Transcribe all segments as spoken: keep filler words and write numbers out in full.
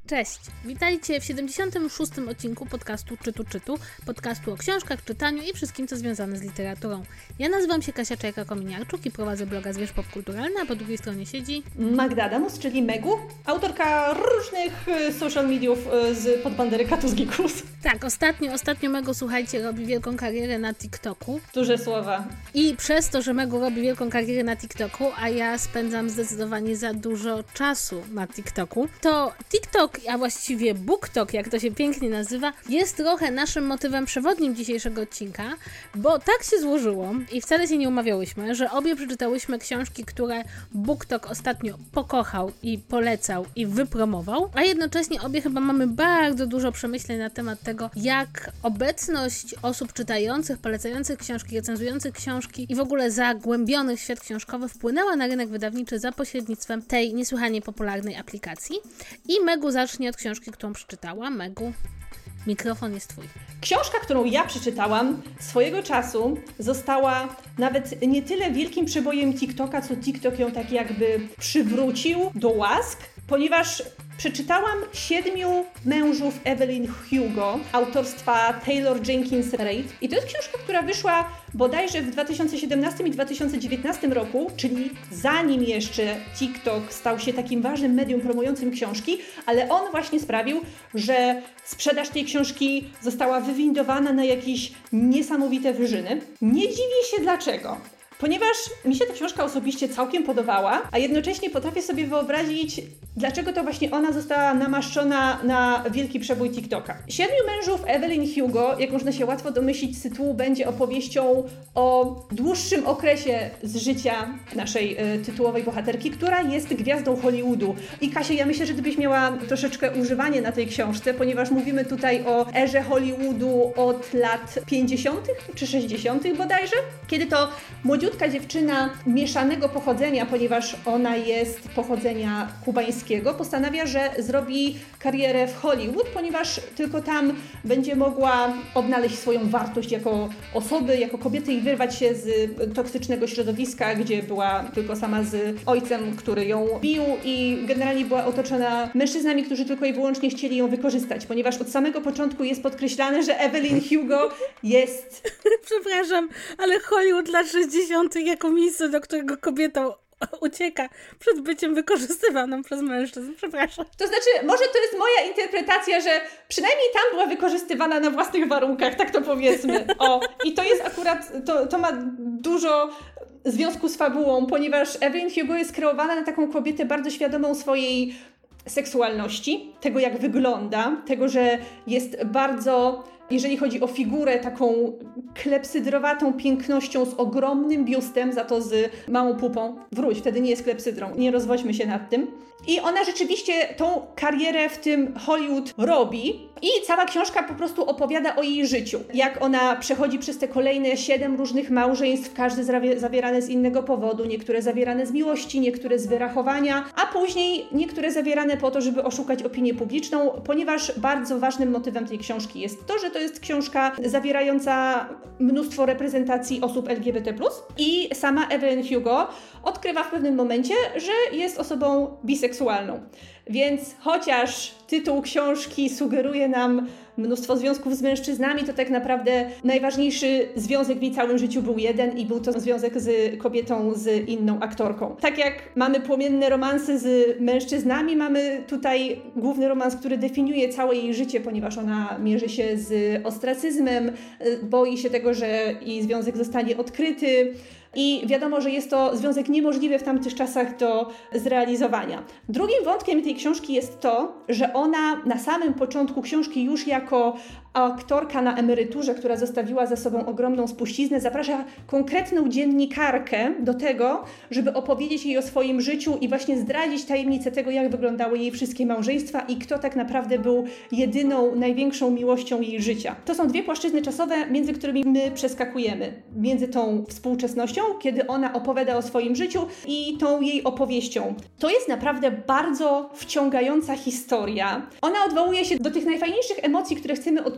Cześć, witajcie w siedemdziesiątym szóstym odcinku podcastu Czytu Czytu, podcastu o książkach, czytaniu i wszystkim, co związane z literaturą. Ja nazywam się Kasia Czajka-Kominiarczuk i prowadzę bloga Zwierz Popkulturalna, a po drugiej stronie siedzi Magda Adamus, czyli Megu, autorka różnych social mediów z podbandery Katus Gikus. Tak, ostatnio, ostatnio Megu, słuchajcie, robi wielką karierę na TikToku. Duże słowa. I przez to, że Megu robi wielką karierę na TikToku, a ja spędzam zdecydowanie za dużo czasu na TikToku, to TikTok, a właściwie BookTok, jak to się pięknie nazywa, jest trochę naszym motywem przewodnim dzisiejszego odcinka, bo tak się złożyło i wcale się nie umawiałyśmy, że obie przeczytałyśmy książki, które BookTok ostatnio pokochał i polecał i wypromował, a jednocześnie obie chyba mamy bardzo dużo przemyśleń na temat tego, jak obecność osób czytających, polecających książki, recenzujących książki i w ogóle zagłębionych w świat książkowy wpłynęła na rynek wydawniczy za pośrednictwem tej niesłychanie popularnej aplikacji. I Megu zacznie od książki, którą przeczytała. Megu, mikrofon jest twój. Książka, którą ja przeczytałam swojego czasu, została nawet nie tyle wielkim przebojem TikToka, co TikTok ją tak jakby przywrócił do łask, ponieważ przeczytałam Siedmiu mężów Evelyn Hugo autorstwa Taylor Jenkins Reid. I to jest książka, która wyszła bodajże w dwa tysiące siedemnastym i dwa tysiące dziewiętnastym roku, czyli zanim jeszcze TikTok stał się takim ważnym medium promującym książki, ale on właśnie sprawił, że sprzedaż tej książki została wywindowana na jakieś niesamowite wyżyny. Nie dziwię się dlaczego. Ponieważ mi się ta książka osobiście całkiem podobała, a jednocześnie potrafię sobie wyobrazić, dlaczego to właśnie ona została namaszczona na wielki przebój TikToka. Siedmiu mężów Evelyn Hugo, jak można się łatwo domyślić z tytułu, będzie opowieścią o dłuższym okresie z życia naszej y, tytułowej bohaterki, która jest gwiazdą Hollywoodu. I Kasia, ja myślę, że gdybyś miała troszeczkę używanie na tej książce, ponieważ mówimy tutaj o erze Hollywoodu od lat pięćdziesiątych czy sześćdziesiątych bodajże, kiedy to młodziutka dziewczyna mieszanego pochodzenia, ponieważ ona jest pochodzenia kubańskiego, postanawia, że zrobi karierę w Hollywood, ponieważ tylko tam będzie mogła odnaleźć swoją wartość jako osoby, jako kobiety i wyrwać się z toksycznego środowiska, gdzie była tylko sama z ojcem, który ją bił i generalnie była otoczona mężczyznami, którzy tylko i wyłącznie chcieli ją wykorzystać, ponieważ od samego początku jest podkreślane, że Evelyn Hugo jest... Przepraszam, ale Hollywood lat sześćdziesiątych jako miejsce, do którego kobieta ucieka przed byciem wykorzystywaną przez mężczyzn. Przepraszam. To znaczy, może to jest moja interpretacja, że przynajmniej tam była wykorzystywana na własnych warunkach, tak to powiedzmy. O, i to jest akurat, to, to ma dużo związku z fabułą, ponieważ Evelyn Hugo jest kreowana na taką kobietę bardzo świadomą swojej seksualności, tego jak wygląda, tego, że jest bardzo... Jeżeli chodzi o figurę taką klepsydrowatą pięknością z ogromnym biustem, za to z małą pupą. Wróć, wtedy nie jest klepsydrą. Nie rozwodźmy się nad tym. I ona rzeczywiście tą karierę w tym Hollywood robi i cała książka po prostu opowiada o jej życiu. Jak ona przechodzi przez te kolejne siedem różnych małżeństw, każde zawierane z innego powodu, niektóre zawierane z miłości, niektóre z wyrachowania, a później niektóre zawierane po to, żeby oszukać opinię publiczną, ponieważ bardzo ważnym motywem tej książki jest to, że to jest książka zawierająca mnóstwo reprezentacji osób L G B T plus i sama Evelyn Hugo odkrywa w pewnym momencie, że jest osobą biseksualną. Więc chociaż tytuł książki sugeruje nam mnóstwo związków z mężczyznami, to tak naprawdę najważniejszy związek w jej całym życiu był jeden i był to związek z kobietą, z inną aktorką. Tak jak mamy płomienne romanse z mężczyznami, mamy tutaj główny romans, który definiuje całe jej życie, ponieważ ona mierzy się z ostracyzmem, boi się tego, że jej związek zostanie odkryty. I wiadomo, że jest to związek niemożliwy w tamtych czasach do zrealizowania. Drugim wątkiem tej książki jest to, że ona na samym początku książki już jako aktorka na emeryturze, która zostawiła za sobą ogromną spuściznę, zaprasza konkretną dziennikarkę do tego, żeby opowiedzieć jej o swoim życiu i właśnie zdradzić tajemnicę tego, jak wyglądały jej wszystkie małżeństwa i kto tak naprawdę był jedyną, największą miłością jej życia. To są dwie płaszczyzny czasowe, między którymi my przeskakujemy. Między tą współczesnością, kiedy ona opowiada o swoim życiu, i tą jej opowieścią. To jest naprawdę bardzo wciągająca historia. Ona odwołuje się do tych najfajniejszych emocji, które chcemy odczytać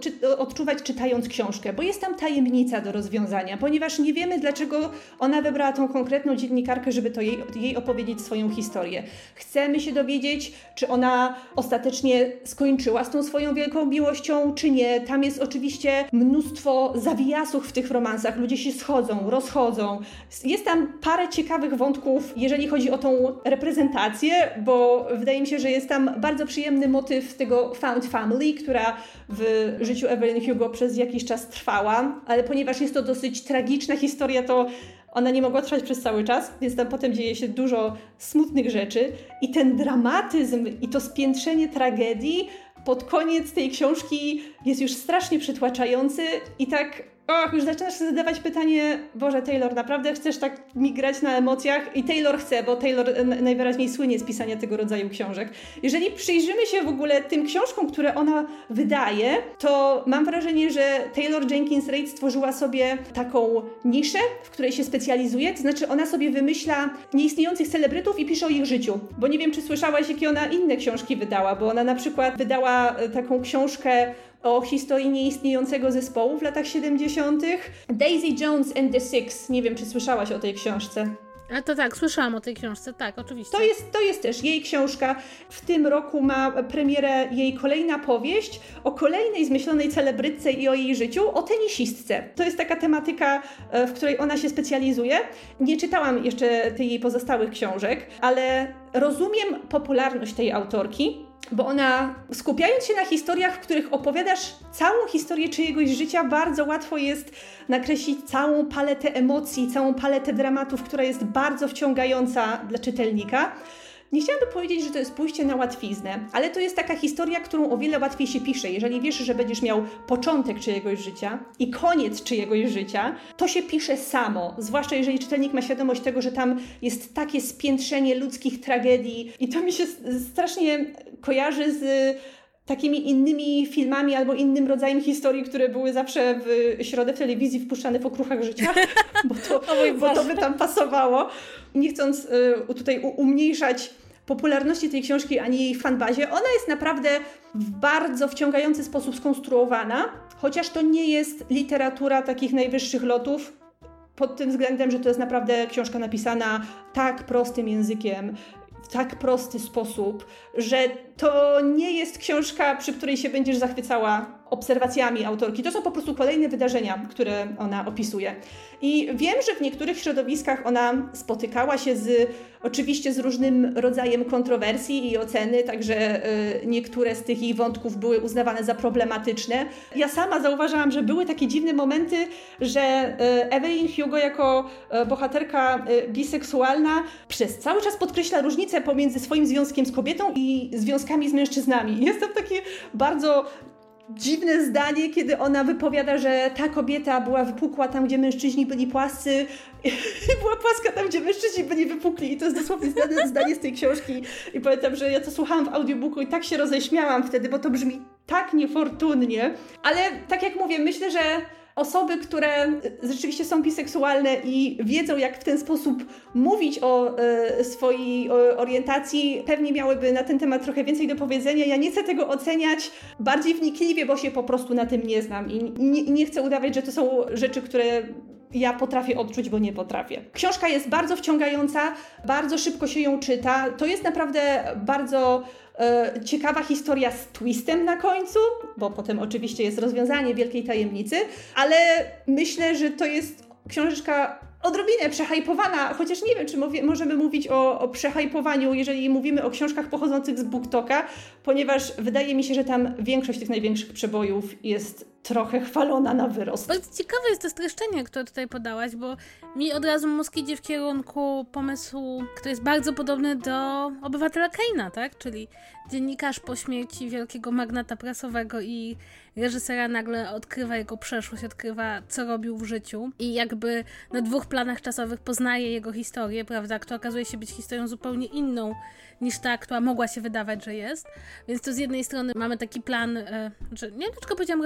odczy- odczuwać czytając książkę, bo jest tam tajemnica do rozwiązania, ponieważ nie wiemy, dlaczego ona wybrała tą konkretną dziennikarkę, żeby to jej, jej opowiedzieć swoją historię. Chcemy się dowiedzieć, czy ona ostatecznie skończyła z tą swoją wielką miłością, czy nie. Tam jest oczywiście mnóstwo zawijasów w tych romansach. Ludzie się schodzą, rozchodzą. Jest tam parę ciekawych wątków, jeżeli chodzi o tą reprezentację, bo wydaje mi się, że jest tam bardzo przyjemny motyw tego found family, która w życiu Evelyn Hugo przez jakiś czas trwała, ale ponieważ jest to dosyć tragiczna historia, to ona nie mogła trwać przez cały czas, więc tam potem dzieje się dużo smutnych rzeczy i ten dramatyzm i to spiętrzenie tragedii pod koniec tej książki jest już strasznie przytłaczający i tak, och, już zaczynasz sobie zadawać pytanie, Boże, Taylor, naprawdę chcesz tak mi grać na emocjach? I Taylor chce, bo Taylor najwyraźniej słynie z pisania tego rodzaju książek. Jeżeli przyjrzymy się w ogóle tym książkom, które ona wydaje, to mam wrażenie, że Taylor Jenkins Reid stworzyła sobie taką niszę, w której się specjalizuje, to znaczy ona sobie wymyśla nieistniejących celebrytów i pisze o ich życiu. Bo nie wiem, czy słyszałaś, jakie ona inne książki wydała, bo ona na przykład wydała taką książkę o historii nieistniejącego zespołu w latach siedemdziesiątych. Daisy Jones and the Six. Nie wiem, czy słyszałaś o tej książce. A to tak, słyszałam o tej książce, tak, oczywiście. To jest, to jest też jej książka. W tym roku ma premierę jej kolejna powieść o kolejnej zmyślonej celebrytce i o jej życiu, o tenisistce. To jest taka tematyka, w której ona się specjalizuje. Nie czytałam jeszcze tych jej pozostałych książek, ale rozumiem popularność tej autorki, bo ona, skupiając się na historiach, w których opowiadasz całą historię czyjegoś życia, bardzo łatwo jest nakreślić całą paletę emocji, całą paletę dramatów, która jest bardzo wciągająca dla czytelnika. Nie chciałabym powiedzieć, że to jest pójście na łatwiznę, ale to jest taka historia, którą o wiele łatwiej się pisze. Jeżeli wiesz, że będziesz miał początek czyjegoś życia i koniec czyjegoś życia, to się pisze samo. Zwłaszcza jeżeli czytelnik ma świadomość tego, że tam jest takie spiętrzenie ludzkich tragedii i to mi się strasznie kojarzy z takimi innymi filmami albo innym rodzajem historii, które były zawsze w środę w telewizji wpuszczane w okruchach życia, bo to, bo to by tam pasowało. Nie chcąc y, tutaj u, umniejszać popularności tej książki ani jej fanbazie, ona jest naprawdę w bardzo wciągający sposób skonstruowana, chociaż to nie jest literatura takich najwyższych lotów, pod tym względem, że to jest naprawdę książka napisana tak prostym językiem, w tak prosty sposób, że to nie jest książka, przy której się będziesz zachwycała obserwacjami autorki. To są po prostu kolejne wydarzenia, które ona opisuje. I wiem, że w niektórych środowiskach ona spotykała się z, oczywiście z różnym rodzajem kontrowersji i oceny, także y, niektóre z tych jej wątków były uznawane za problematyczne. Ja sama zauważałam, że były takie dziwne momenty, że y, Evelyn Hugo jako y, bohaterka y, biseksualna przez cały czas podkreśla różnicę pomiędzy swoim związkiem z kobietą i związkami z mężczyznami. Jest tam takie bardzo dziwne zdanie, kiedy ona wypowiada, że ta kobieta była wypukła tam, gdzie mężczyźni byli płascy i była płaska tam, gdzie mężczyźni byli wypukli. I to jest dosłownie zdanie, zdanie z tej książki. I pamiętam, że ja to słuchałam w audiobooku i tak się roześmiałam wtedy, bo to brzmi tak niefortunnie. Ale tak jak mówię, myślę, że osoby, które rzeczywiście są biseksualne i wiedzą, jak w ten sposób mówić o e, swojej o, orientacji, pewnie miałyby na ten temat trochę więcej do powiedzenia. Ja nie chcę tego oceniać bardziej wnikliwie, bo się po prostu na tym nie znam i nie, nie chcę udawać, że to są rzeczy, które ja potrafię odczuć, bo nie potrafię. Książka jest bardzo wciągająca, bardzo szybko się ją czyta. To jest naprawdę bardzo e, ciekawa historia z twistem na końcu, bo potem oczywiście jest rozwiązanie wielkiej tajemnicy, ale myślę, że to jest książeczka odrobinę przehajpowana, chociaż nie wiem, czy mówi, możemy mówić o, o przehajpowaniu, jeżeli mówimy o książkach pochodzących z BookToka, ponieważ wydaje mi się, że tam większość tych największych przebojów jest trochę chwalona na wyrost. Bardzo ciekawe jest to streszczenie, które tutaj podałaś, bo mi od razu mózg idzie w kierunku pomysłu, który jest bardzo podobny do Obywatela Kane'a, tak? Czyli dziennikarz po śmierci wielkiego magnata prasowego i reżysera nagle odkrywa jego przeszłość, odkrywa, co robił w życiu i jakby na dwóch planach czasowych poznaje jego historię, prawda, która okazuje się być historią zupełnie inną niż ta, która mogła się wydawać, że jest. Więc to z jednej strony mamy taki plan, e, że nie wiem, dlaczego powiedziałam reżysera, to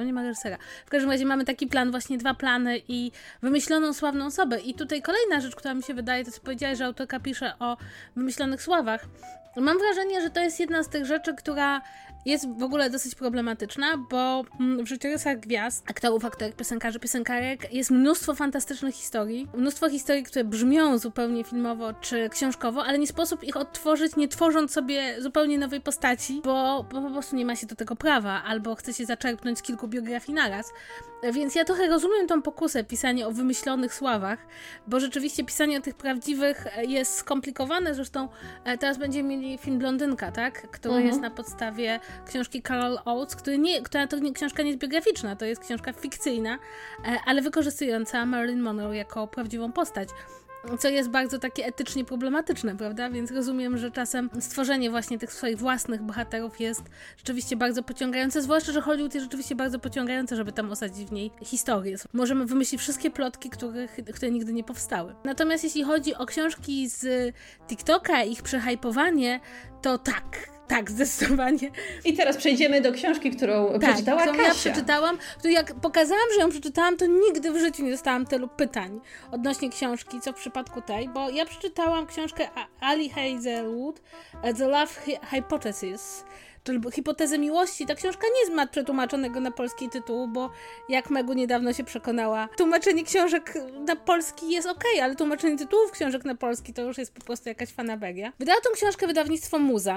nie ma reżysera. W każdym razie mamy taki plan, właśnie dwa plany i wymyśloną sławną osobę. I tutaj kolejna rzecz, która mi się wydaje, to co powiedziałaś, że autorka pisze o wymyślonych sławach. Mam wrażenie, że to jest jedna z tych rzeczy, która jest w ogóle dosyć problematyczna, bo w życiorysach gwiazd, aktorów, aktorek, piosenkarzy, piosenkarek jest mnóstwo fantastycznych historii. Mnóstwo historii, które brzmią zupełnie filmowo czy książkowo, ale nie sposób ich odtworzyć, nie tworząc sobie zupełnie nowej postaci, bo, bo po prostu nie ma się do tego prawa, albo chce się zaczerpnąć z kilku biografii naraz. Więc ja trochę rozumiem tą pokusę pisania o wymyślonych sławach, bo rzeczywiście pisanie o tych prawdziwych jest skomplikowane. Zresztą teraz będziemy mieli film Blondynka, tak? Który mhm. jest na podstawie książki Carol Oates, który nie, która to nie, książka nie jest biograficzna, to jest książka fikcyjna, ale wykorzystująca Marilyn Monroe jako prawdziwą postać. Co jest bardzo takie etycznie problematyczne, prawda? Więc rozumiem, że czasem stworzenie właśnie tych swoich własnych bohaterów jest rzeczywiście bardzo pociągające, zwłaszcza, że Hollywood jest rzeczywiście bardzo pociągające, żeby tam osadzić w niej historię. Możemy wymyślić wszystkie plotki, których, które nigdy nie powstały. Natomiast jeśli chodzi o książki z TikToka i ich przehajpowanie, to tak... Tak, zdecydowanie. I teraz przejdziemy do książki, którą tak, przeczytała którą Kasia. ja przeczytałam, to jak pokazałam, że ją przeczytałam, to nigdy w życiu nie dostałam tylu pytań odnośnie książki, co w przypadku tej, bo ja przeczytałam książkę Ali Hazelwood, The Love Hypothesis, czyli hipotezę miłości. Ta książka nie ma przetłumaczonego na polski tytuł, bo jak Megu niedawno się przekonała, tłumaczenie książek na polski jest okej, okay, ale tłumaczenie tytułów książek na polski to już jest po prostu jakaś fanaberia. Wydała tą książkę wydawnictwo Muza.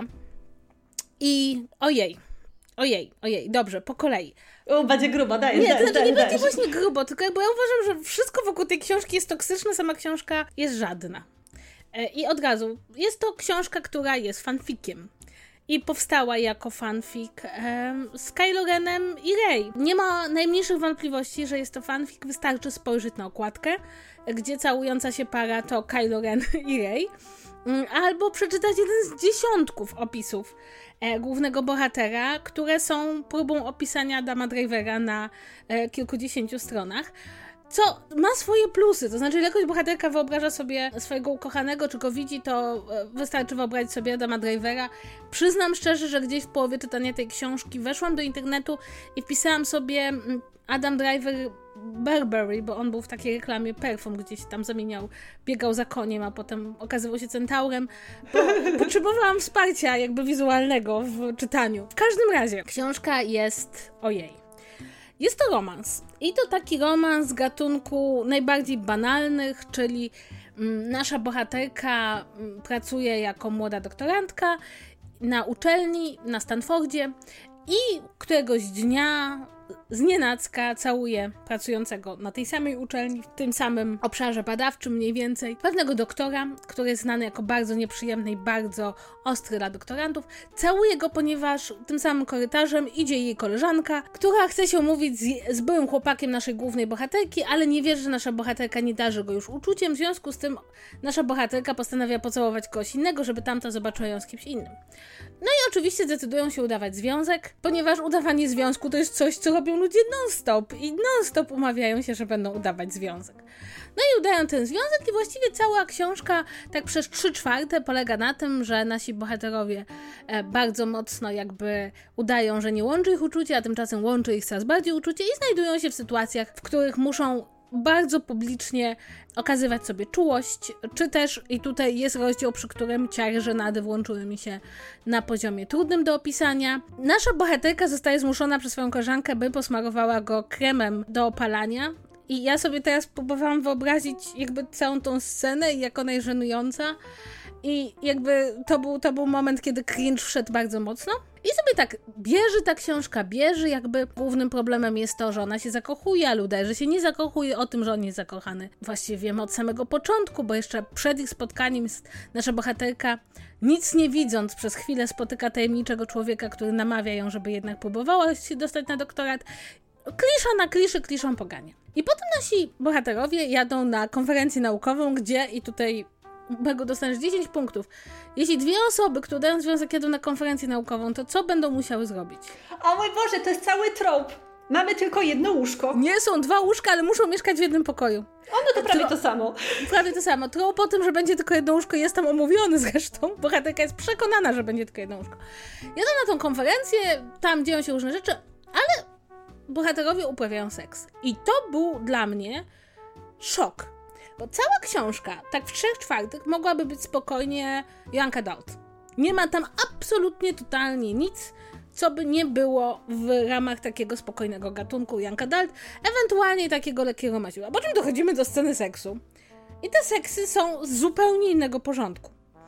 I ojej, ojej, ojej, dobrze, po kolei. O, będzie grubo, dajesz, Nie, dajesz, to znaczy nie dajesz, będzie dajesz. właśnie grubo, tylko bo ja uważam, że wszystko wokół tej książki jest toksyczne, sama książka jest żadna. I od razu, jest to książka, która jest fanfikiem. I powstała jako fanfic um, z Kylo Renem i Rey. Nie ma najmniejszych wątpliwości, że jest to fanfic, wystarczy spojrzeć na okładkę, gdzie całująca się para to Kylo Ren i Rey. Albo przeczytać jeden z dziesiątków opisów e, głównego bohatera, które są próbą opisania Adama Drivera na e, kilkudziesięciu stronach, co ma swoje plusy, to znaczy, jakoś bohaterka wyobraża sobie swojego ukochanego, czy go widzi, to e, wystarczy wyobrazić sobie Adama Drivera. Przyznam szczerze, że gdzieś w połowie czytania tej książki weszłam do internetu i wpisałam sobie Adam Driver Burberry, bo on był w takiej reklamie perfum, gdzieś tam zamieniał, biegał za koniem, a potem okazywał się centaurem, bo potrzebowałam wsparcia jakby wizualnego w czytaniu. W każdym razie, książka jest, ojej, jest to romans. I to taki romans z gatunku najbardziej banalnych, czyli mm, nasza bohaterka mm, pracuje jako młoda doktorantka na uczelni na Stanfordzie i któregoś dnia znienacka całuje pracującego na tej samej uczelni, w tym samym obszarze badawczym mniej więcej, pewnego doktora, który jest znany jako bardzo nieprzyjemny i bardzo ostry dla doktorantów. Całuje go, ponieważ tym samym korytarzem idzie jej koleżanka, która chce się umówić z, z byłym chłopakiem naszej głównej bohaterki, ale nie wierzy, że nasza bohaterka nie darzy go już uczuciem, w związku z tym nasza bohaterka postanawia pocałować kogoś innego, żeby tamta zobaczyła ją z kimś innym. No i oczywiście decydują się udawać związek, ponieważ udawanie związku to jest coś, co robią ludzie non-stop i non-stop umawiają się, że będą udawać związek. No i udają ten związek i właściwie cała książka tak przez trzy czwarte polega na tym, że nasi bohaterowie e, bardzo mocno jakby udają, że nie łączy ich uczucie, a tymczasem łączy ich coraz bardziej uczucie i znajdują się w sytuacjach, w których muszą bardzo publicznie okazywać sobie czułość, czy też, i tutaj jest rozdział, przy którym ciary żenady włączyły mi się na poziomie trudnym do opisania. Nasza bohaterka zostaje zmuszona przez swoją koleżankę, by posmarowała go kremem do opalania. I ja sobie teraz próbowałam wyobrazić jakby całą tą scenę i jak ona jest żenująca. I jakby to był, to był moment, kiedy cringe wszedł bardzo mocno. I sobie tak bierze ta książka, bierze, jakby głównym problemem jest to, że ona się zakochuje, ale udaje, że się nie zakochuje, o tym, że on jest zakochany. Właściwie wiemy od samego początku, bo jeszcze przed ich spotkaniem jest nasza bohaterka, nic nie widząc, przez chwilę spotyka tajemniczego człowieka, który namawia ją, żeby jednak próbowała się dostać na doktorat. Klisza na kliszy, kliszą pogania. I potem nasi bohaterowie jadą na konferencję naukową, gdzie, i tutaj Megu, dostaniesz dziesięć punktów. Jeśli dwie osoby, które dają związek, jadą na konferencję naukową, to co będą musiały zrobić? O mój Boże, to jest cały trop. Mamy tylko jedno łóżko. Nie, są dwa łóżka, ale muszą mieszkać w jednym pokoju. O, no to prawie Tro... to samo. Prawie to samo. Trop o tym, że będzie tylko jedno łóżko, jest tam omówiony zresztą. Bohaterka jest przekonana, że będzie tylko jedno łóżko. Jadą na tą konferencję, tam dzieją się różne rzeczy, ale bohaterowie uprawiają seks. I to był dla mnie szok. Bo cała książka, tak w trzech czwartych, mogłaby być spokojnie young adult. Nie ma tam absolutnie, totalnie nic, co by nie było w ramach takiego spokojnego gatunku young adult, ewentualnie takiego lekkiego maziła. Po czym dochodzimy do sceny seksu. I te seksy są z zupełnie innego porządku.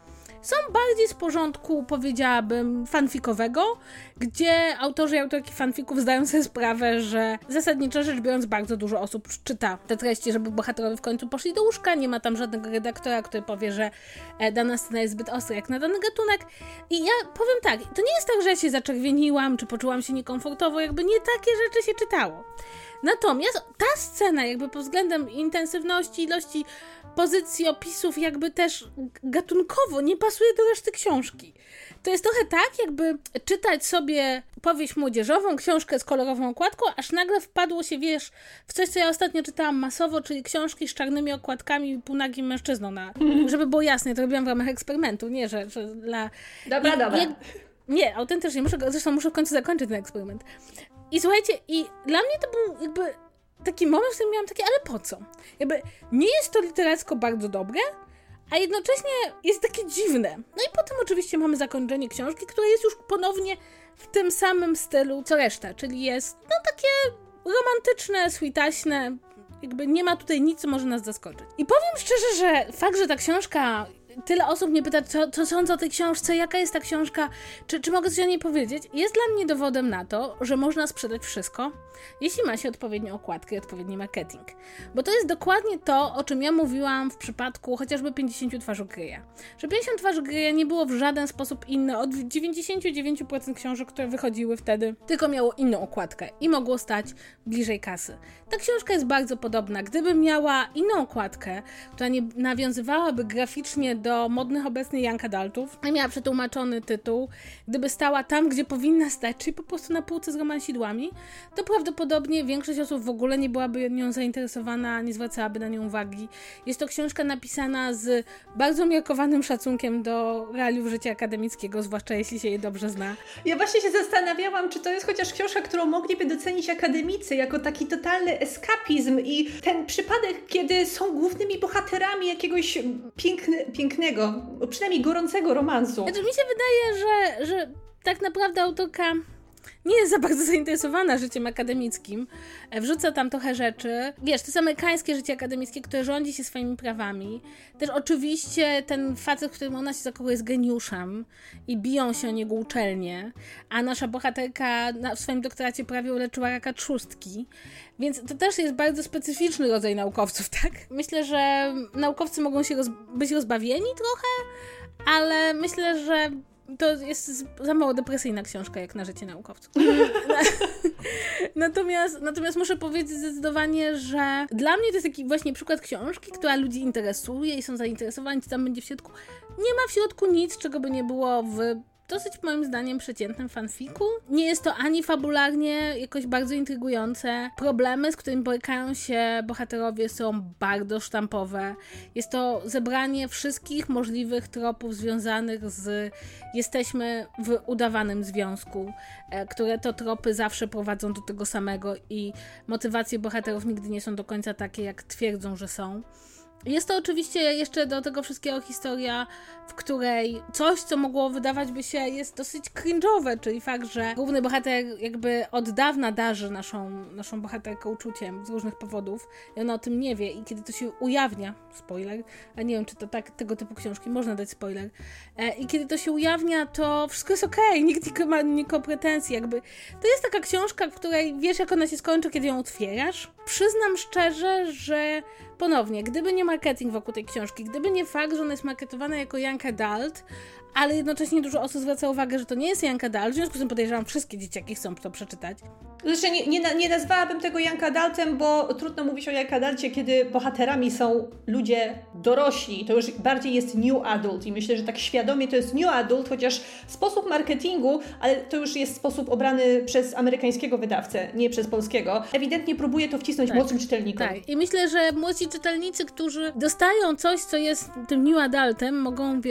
Są bardziej z porządku, powiedziałabym, fanfikowego, gdzie autorzy i autorki fanfików zdają sobie sprawę, że zasadniczo rzecz biorąc bardzo dużo osób czyta te treści, żeby bohaterowie w końcu poszli do łóżka, nie ma tam żadnego redaktora, który powie, że dana scena jest zbyt ostra jak na dany gatunek. I ja powiem tak, to nie jest tak, że ja się zaczerwieniłam, czy poczułam się niekomfortowo, jakby nie takie rzeczy się czytało. Natomiast ta scena jakby pod względem intensywności, ilości pozycji, opisów, jakby też gatunkowo nie pasuje do reszty książki. To jest trochę tak, jakby czytać sobie powieść młodzieżową, książkę z kolorową okładką, aż nagle wpadło się, wiesz, w coś, co ja ostatnio czytałam masowo, czyli książki z czarnymi okładkami i półnagim mężczyzną. Na, żeby było jasne, to robiłam w ramach eksperymentu, nie, że, że dla... Dobra, I, dobra. Jak, nie, autentycznie, muszę, zresztą muszę w końcu zakończyć ten eksperyment. I słuchajcie, i dla mnie to był jakby taki moment, w którym miałam takie, ale po co? Jakby nie jest to literacko bardzo dobre, a jednocześnie jest takie dziwne. No i potem oczywiście mamy zakończenie książki, które jest już ponownie w tym samym stylu co reszta, czyli jest no takie romantyczne, sweetaśne, jakby nie ma tutaj nic, co może nas zaskoczyć. I powiem szczerze, że fakt, że ta książka... Tyle osób mnie pyta, co, co sądzę o tej książce, jaka jest ta książka, czy, czy mogę coś o niej powiedzieć, jest dla mnie dowodem na to, że można sprzedać wszystko, jeśli ma się odpowiednią okładkę i odpowiedni marketing. Bo to jest dokładnie to, o czym ja mówiłam w przypadku chociażby pięćdziesiąt twarzy Greya. Że pięćdziesiąt twarzy Greya nie było w żaden sposób inne od dziewięćdziesiąt dziewięć procent książek, które wychodziły wtedy, tylko miało inną okładkę i mogło stać bliżej kasy. Ta książka jest bardzo podobna. Gdyby miała inną okładkę, która nie nawiązywałaby graficznie do modnych obecnie young adultów, a miała przetłumaczony tytuł, gdyby stała tam, gdzie powinna stać, czyli po prostu na półce z romansidłami, to prawdopodobnie większość osób w ogóle nie byłaby nią zainteresowana, nie zwracałaby na nią uwagi. Jest to książka napisana z bardzo umiarkowanym szacunkiem do realiów życia akademickiego, zwłaszcza jeśli się je dobrze zna. Ja właśnie się zastanawiałam, czy to jest chociaż książka, którą mogliby docenić akademicy, jako taki totalny eskapizm i ten przypadek, kiedy są głównymi bohaterami jakiegoś piękny, pięknego, przynajmniej gorącego romansu. Znaczy, mi się wydaje, że, że tak naprawdę autorka nie jest za bardzo zainteresowana życiem akademickim. Wrzuca tam trochę rzeczy. Wiesz, to jest amerykańskie życie akademickie, które rządzi się swoimi prawami. Też oczywiście ten facet, w którym ona się zakochuje, jest geniuszem i biją się o niego uczelnie, a nasza bohaterka na, w swoim doktoracie prawie uleczyła raka trzustki. Więc to też jest bardzo specyficzny rodzaj naukowców, tak? Myślę, że naukowcy mogą się roz, być rozbawieni trochę, ale myślę, że to jest za mało depresyjna książka jak na życie naukowców. natomiast, natomiast muszę powiedzieć zdecydowanie, że dla mnie to jest taki właśnie przykład książki, która ludzi interesuje i są zainteresowani, co tam będzie w środku. Nie ma w środku nic, czego by nie było w dosyć moim zdaniem przeciętnym fanfiku. Nie jest to ani fabularnie jakoś bardzo intrygujące. Problemy, z którymi borykają się bohaterowie, są bardzo sztampowe. Jest to zebranie wszystkich możliwych tropów związanych z jesteśmy w udawanym związku, które to tropy zawsze prowadzą do tego samego i motywacje bohaterów nigdy nie są do końca takie, jak twierdzą, że są. Jest to oczywiście jeszcze do tego wszystkiego historia, w której coś, co mogło wydawać by się, jest dosyć cringe'owe, czyli fakt, że główny bohater jakby od dawna darzy naszą, naszą bohaterkę uczuciem z różnych powodów i ona o tym nie wie i kiedy to się ujawnia, spoiler, a nie wiem, czy to tak, tego typu książki można dać spoiler, e, i kiedy to się ujawnia, to wszystko jest okej, okay, nikt nie ma nikogo pretensji, jakby to jest taka książka, w której wiesz, jak ona się skończy, kiedy ją otwierasz. Przyznam szczerze, że ponownie, gdyby nie marketing wokół tej książki, gdyby nie fakt, że ona jest marketowana jako young adult, ale jednocześnie dużo osób zwraca uwagę, że to nie jest young adult, w związku z tym podejrzewam, wszystkie dzieciaki chcą to przeczytać. Zresztą nie, nie, nie nazwałabym tego young adultem, bo trudno mówić o young adulcie, kiedy bohaterami są ludzie dorośli. To już bardziej jest new adult i myślę, że tak świadomie to jest new adult, chociaż sposób marketingu, ale to już jest sposób obrany przez amerykańskiego wydawcę, nie przez polskiego. Ewidentnie próbuje to wcisnąć tak, młodszym czytelnikom. Tak, i myślę, że młodzi czytelnicy, którzy dostają coś, co jest tym new adultem, mogą, wiesz,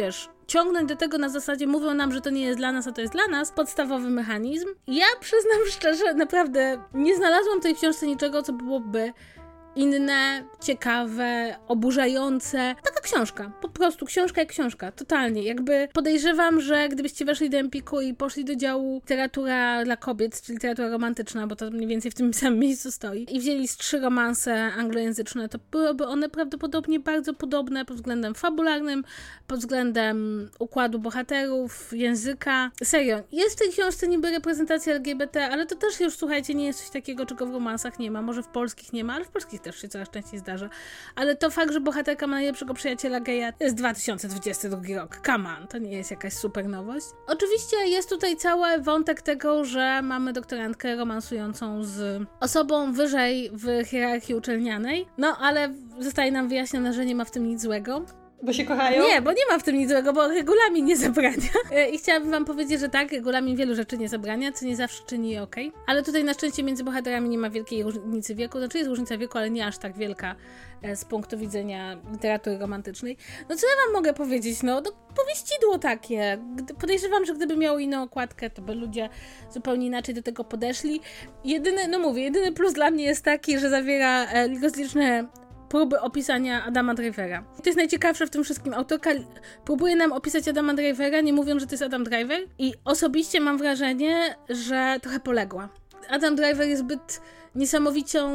ciągnąć do tego na zasadzie, mówią nam, że to nie jest dla nas, a to jest dla nas, podstawowy mechanizm. Ja przyznam szczerze, naprawdę nie znalazłam w tej książce niczego, co byłoby inne, ciekawe, oburzające. Taka książka. Po prostu książka jak książka. Totalnie. Jakby podejrzewam, że gdybyście weszli do Empiku i poszli do działu literatura dla kobiet, czy literatura romantyczna, bo to mniej więcej w tym samym miejscu stoi, i wzięli z trzy romanse anglojęzyczne, to byłyby one prawdopodobnie bardzo podobne pod względem fabularnym, pod względem układu bohaterów, języka. Serio. Jest w tej książce niby reprezentacja L G B T, ale to też już, słuchajcie, nie jest coś takiego, czego w romansach nie ma. Może w polskich nie ma, ale w polskich też się coraz częściej zdarza. Ale to fakt, że bohaterka ma najlepszego przyjaciela geja, to jest dwa tysiące dwudziesty drugi rok. Come on, to nie jest jakaś super nowość. Oczywiście jest tutaj cały wątek tego, że mamy doktorantkę romansującą z osobą wyżej w hierarchii uczelnianej, no ale zostaje nam wyjaśnione, że nie ma w tym nic złego. Bo się kochają? Nie, bo nie ma w tym nic złego, bo regulamin nie zabrania. I chciałabym wam powiedzieć, że tak, regulamin wielu rzeczy nie zabrania, co nie zawsze czyni je okej. Okay. Ale tutaj na szczęście między bohaterami nie ma wielkiej różnicy wieku. Znaczy jest różnica wieku, ale nie aż tak wielka z punktu widzenia literatury romantycznej. No co ja wam mogę powiedzieć? No, no powieścidło takie. Podejrzewam, że gdyby miało inną okładkę, to by ludzie zupełnie inaczej do tego podeszli. Jedyny, no mówię, jedyny plus dla mnie jest taki, że zawiera e, rozliczne próby opisania Adama Drivera. To jest najciekawsze w tym wszystkim. Autorka próbuje nam opisać Adama Drivera, nie mówiąc, że to jest Adam Driver, i osobiście mam wrażenie, że trochę poległa. Adam Driver jest zbyt niesamowitą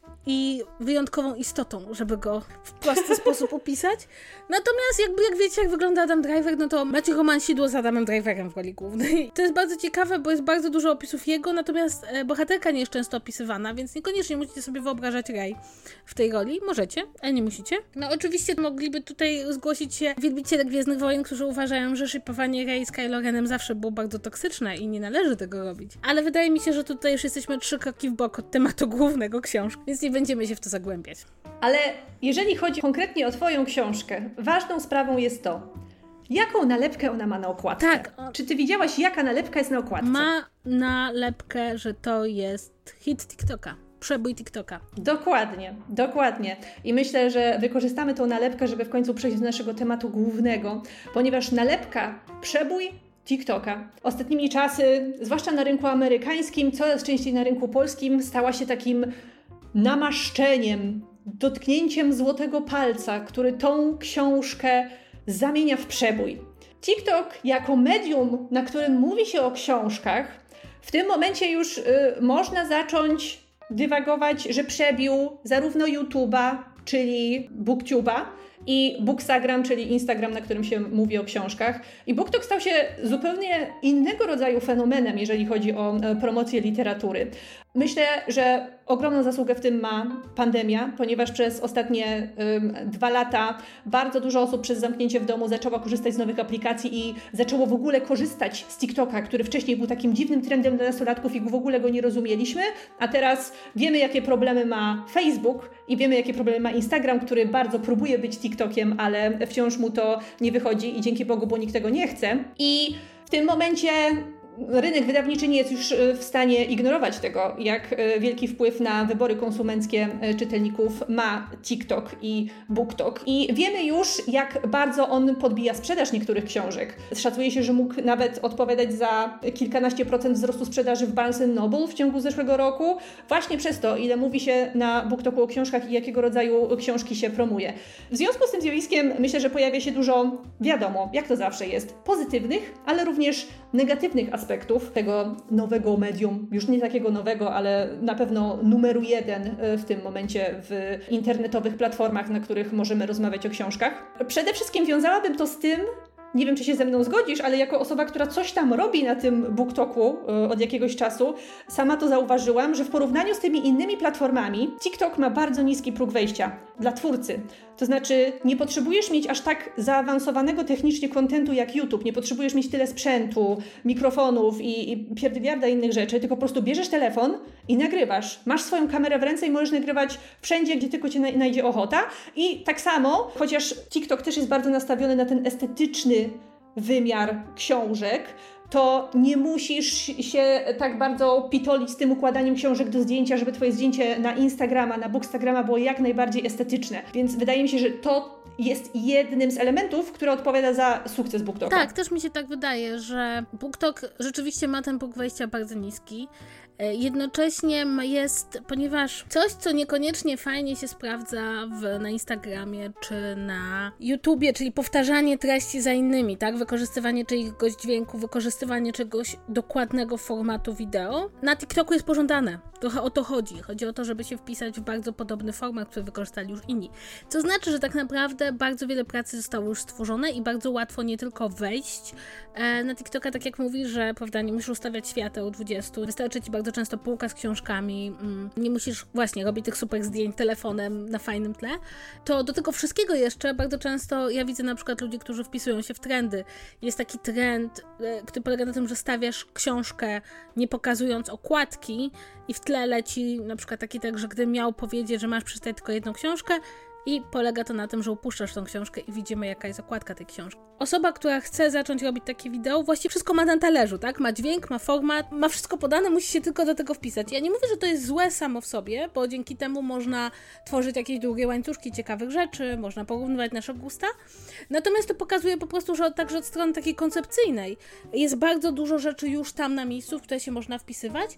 i wyjątkową istotą, żeby go w prosty sposób opisać. Natomiast jakby jak wiecie, jak wygląda Adam Driver, no to macie romansidło z Adamem Driverem w roli głównej. To jest bardzo ciekawe, bo jest bardzo dużo opisów jego, natomiast e, bohaterka nie jest często opisywana, więc niekoniecznie musicie sobie wyobrażać Rey w tej roli. Możecie, ale nie musicie. No oczywiście mogliby tutaj zgłosić się wielbiciele Gwiezdnych Wojen, którzy uważają, że szypowanie Rey z Kylo Renem zawsze było bardzo toksyczne i nie należy tego robić. Ale wydaje mi się, że tutaj już jesteśmy trzy kroki w bok od tematu głównego książki, więc nie będziemy się w to zagłębiać. Ale jeżeli chodzi konkretnie o twoją książkę, ważną sprawą jest to, jaką nalepkę ona ma na okładce. Tak. Czy ty widziałaś, jaka nalepka jest na okładce? Ma nalepkę, że to jest hit TikToka. Przebój TikToka. Dokładnie, dokładnie. I myślę, że wykorzystamy tą nalepkę, żeby w końcu przejść do naszego tematu głównego, ponieważ nalepka przebój TikToka ostatnimi czasy, zwłaszcza na rynku amerykańskim, coraz częściej na rynku polskim, stała się takim namaszczeniem, dotknięciem złotego palca, który tą książkę zamienia w przebój. TikTok jako medium, na którym mówi się o książkach, w tym momencie już y, można zacząć dywagować, że przebił zarówno YouTube'a, czyli BookTube'a, i Bookstagram, czyli Instagram, na którym się mówi o książkach. I BookTok stał się zupełnie innego rodzaju fenomenem, jeżeli chodzi o promocję literatury. Myślę, że ogromną zasługę w tym ma pandemia, ponieważ przez ostatnie ym, dwa lata bardzo dużo osób przez zamknięcie w domu zaczęło korzystać z nowych aplikacji i zaczęło w ogóle korzystać z TikToka, który wcześniej był takim dziwnym trendem dla nastolatków i w ogóle go nie rozumieliśmy, a teraz wiemy, jakie problemy ma Facebook i wiemy, jakie problemy ma Instagram, który bardzo próbuje być TikTokiem, ale wciąż mu to nie wychodzi i dzięki Bogu, bo nikt tego nie chce. I w tym momencie rynek wydawniczy nie jest już w stanie ignorować tego, jak wielki wpływ na wybory konsumenckie czytelników ma TikTok i BookTok. I wiemy już, jak bardzo on podbija sprzedaż niektórych książek. Szacuje się, że mógł nawet odpowiadać za kilkanaście procent wzrostu sprzedaży w Barnes and Noble w ciągu zeszłego roku, właśnie przez to, ile mówi się na BookToku o książkach i jakiego rodzaju książki się promuje. W związku z tym zjawiskiem myślę, że pojawia się dużo, wiadomo, jak to zawsze jest, pozytywnych, ale również negatywnych aspektów tego nowego medium, już nie takiego nowego, ale na pewno numeru jeden w tym momencie w internetowych platformach, na których możemy rozmawiać o książkach. Przede wszystkim wiązałabym to z tym, nie wiem, czy się ze mną zgodzisz, ale jako osoba, która coś tam robi na tym BookToku od jakiegoś czasu, sama to zauważyłam, że w porównaniu z tymi innymi platformami TikTok ma bardzo niski próg wejścia dla twórcy. To znaczy, nie potrzebujesz mieć aż tak zaawansowanego technicznie kontentu jak YouTube, nie potrzebujesz mieć tyle sprzętu, mikrofonów i, i pierdyliarda innych rzeczy, tylko po prostu bierzesz telefon i nagrywasz. Masz swoją kamerę w ręce i możesz nagrywać wszędzie, gdzie tylko cię najdzie ochota. I tak samo, chociaż TikTok też jest bardzo nastawiony na ten estetyczny wymiar książek, to nie musisz się tak bardzo pitolić z tym układaniem książek do zdjęcia, żeby twoje zdjęcie na Instagrama, na Bookstagrama było jak najbardziej estetyczne. Więc wydaje mi się, że to jest jednym z elementów, który odpowiada za sukces BookToka. Tak, też mi się tak wydaje, że BookTok rzeczywiście ma ten próg wejścia bardzo niski. Jednocześnie jest, ponieważ coś, co niekoniecznie fajnie się sprawdza w, na Instagramie czy na YouTubie, czyli powtarzanie treści za innymi, tak? Wykorzystywanie czyjegoś dźwięku, wykorzystywanie czegoś dokładnego formatu wideo. Na TikToku jest pożądane. Trochę o to chodzi. Chodzi o to, żeby się wpisać w bardzo podobny format, który wykorzystali już inni. Co znaczy, że tak naprawdę bardzo wiele pracy zostało już stworzone i bardzo łatwo nie tylko wejść e, na TikToka, tak jak mówisz, że prawda, nie musisz ustawiać świateł dwudziestu, wystarczy ci bardzo często półka z książkami, mm, nie musisz właśnie robić tych super zdjęć telefonem na fajnym tle, to do tego wszystkiego jeszcze bardzo często ja widzę na przykład ludzi, którzy wpisują się w trendy. Jest taki trend, e, który polega na tym, że stawiasz książkę nie pokazując okładki i w tle leci na przykład taki tekst, że gdybym miał powiedzieć, że masz przeczytać tylko jedną książkę i polega to na tym, że upuszczasz tą książkę i widzimy, jaka jest okładka tej książki. Osoba, która chce zacząć robić takie wideo, właściwie wszystko ma na talerzu, tak? Ma dźwięk, ma format, ma wszystko podane, musi się tylko do tego wpisać. Ja nie mówię, że to jest złe samo w sobie, bo dzięki temu można tworzyć jakieś długie łańcuszki ciekawych rzeczy, można porównywać nasze gusta. Natomiast to pokazuje po prostu, że także od strony takiej koncepcyjnej jest bardzo dużo rzeczy już tam na miejscu, w które się można wpisywać.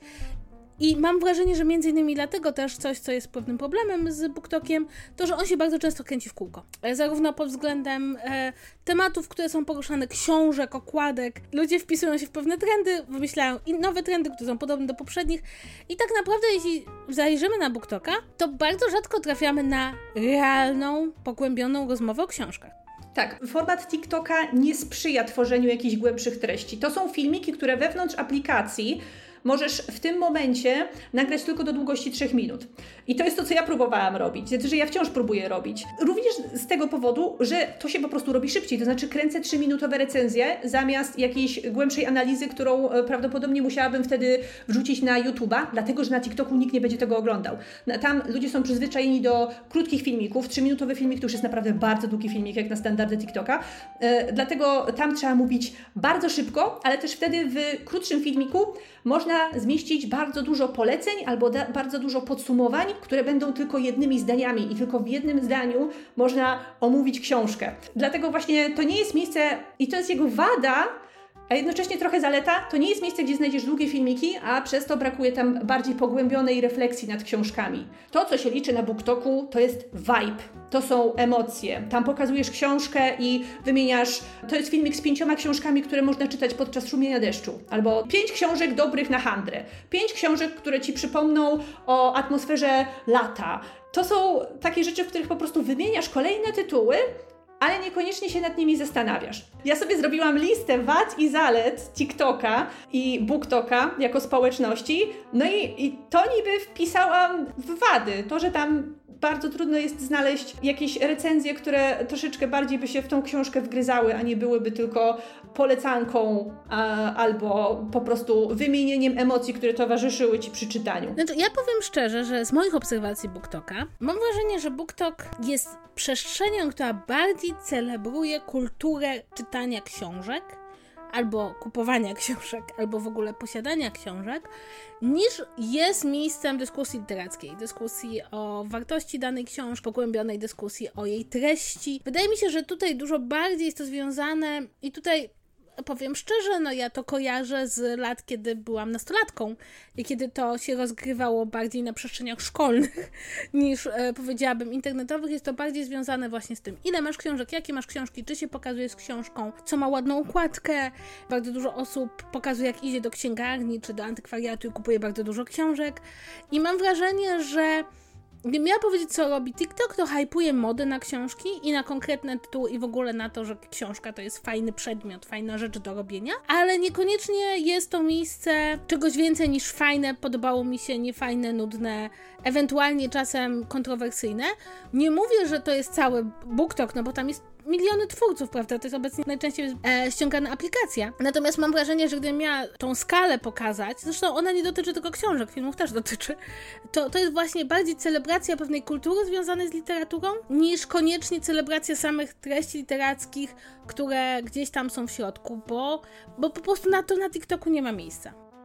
I mam wrażenie, że między innymi dlatego też coś, co jest pewnym problemem z BookTokiem, to, że on się bardzo często kręci w kółko. Zarówno pod względem e, tematów, które są poruszane, książek, okładek. Ludzie wpisują się w pewne trendy, wymyślają i nowe trendy, które są podobne do poprzednich. I tak naprawdę, jeśli zajrzymy na BookToka, to bardzo rzadko trafiamy na realną, pogłębioną rozmowę o książkach. Tak, format TikToka nie sprzyja tworzeniu jakichś głębszych treści. To są filmiki, które wewnątrz aplikacji możesz w tym momencie nagrać tylko do długości trzech minut. I to jest to, co ja próbowałam robić, że ja wciąż próbuję robić. Również z tego powodu, że to się po prostu robi szybciej, to znaczy kręcę trzyminutowe recenzje zamiast jakiejś głębszej analizy, którą prawdopodobnie musiałabym wtedy wrzucić na YouTube'a, dlatego, że na TikToku nikt nie będzie tego oglądał. Tam ludzie są przyzwyczajeni do krótkich filmików, trzyminutowy filmik to już jest naprawdę bardzo długi filmik, jak na standardy TikToka, dlatego tam trzeba mówić bardzo szybko, ale też wtedy w krótszym filmiku można zmieścić bardzo dużo poleceń albo da- bardzo dużo podsumowań, które będą tylko jednymi zdaniami i tylko w jednym zdaniu można omówić książkę. Dlatego właśnie to nie jest miejsce, i to jest jego wada, a jednocześnie trochę zaleta, to nie jest miejsce, gdzie znajdziesz długie filmiki, a przez to brakuje tam bardziej pogłębionej refleksji nad książkami. To, co się liczy na BookToku, to jest vibe, to są emocje. Tam pokazujesz książkę i wymieniasz, to jest filmik z pięcioma książkami, które można czytać podczas szumienia deszczu. Albo pięć książek dobrych na handrę. Pięć książek, które ci przypomną o atmosferze lata. To są takie rzeczy, w których po prostu wymieniasz kolejne tytuły, ale niekoniecznie się nad nimi zastanawiasz. Ja sobie zrobiłam listę wad i zalet TikToka i BookToka jako społeczności, no i, i to niby wpisałam w wady. To, że tam bardzo trudno jest znaleźć jakieś recenzje, które troszeczkę bardziej by się w tą książkę wgryzały, a nie byłyby tylko polecanką a, albo po prostu wymienieniem emocji, które towarzyszyły ci przy czytaniu. Znaczy, ja powiem szczerze, że z moich obserwacji BookToka mam wrażenie, że BookTok jest przestrzenią, która bardziej celebruje kulturę czytania książek, albo kupowania książek, albo w ogóle posiadania książek, niż jest miejscem dyskusji literackiej, dyskusji o wartości danej książki, pogłębionej dyskusji o jej treści. Wydaje mi się, że tutaj dużo bardziej jest to związane i tutaj powiem szczerze, no ja to kojarzę z lat, kiedy byłam nastolatką i kiedy to się rozgrywało bardziej na przestrzeniach szkolnych niż e, powiedziałabym internetowych. Jest to bardziej związane właśnie z tym, ile masz książek, jakie masz książki, czy się pokazuje z książką, co ma ładną układkę. Bardzo dużo osób pokazuje, jak idzie do księgarni czy do antykwariatu i kupuje bardzo dużo książek. I mam wrażenie, że gdybym miała powiedzieć, co robi TikTok, to hypuje modę na książki i na konkretne tytuły i w ogóle na to, że książka to jest fajny przedmiot, fajna rzecz do robienia, ale niekoniecznie jest to miejsce czegoś więcej niż fajne, podobało mi się, niefajne, nudne, ewentualnie czasem kontrowersyjne. Nie mówię, że to jest cały BookTok, no bo tam jest miliony twórców, prawda? To jest obecnie najczęściej e, ściągana aplikacja. Natomiast mam wrażenie, że gdybym miała tą skalę pokazać, zresztą ona nie dotyczy tylko książek, filmów też dotyczy, to, to jest właśnie bardziej celebracja pewnej kultury związanej z literaturą, niż koniecznie celebracja samych treści literackich, które gdzieś tam są w środku, bo, bo po prostu na to na TikToku nie ma miejsca.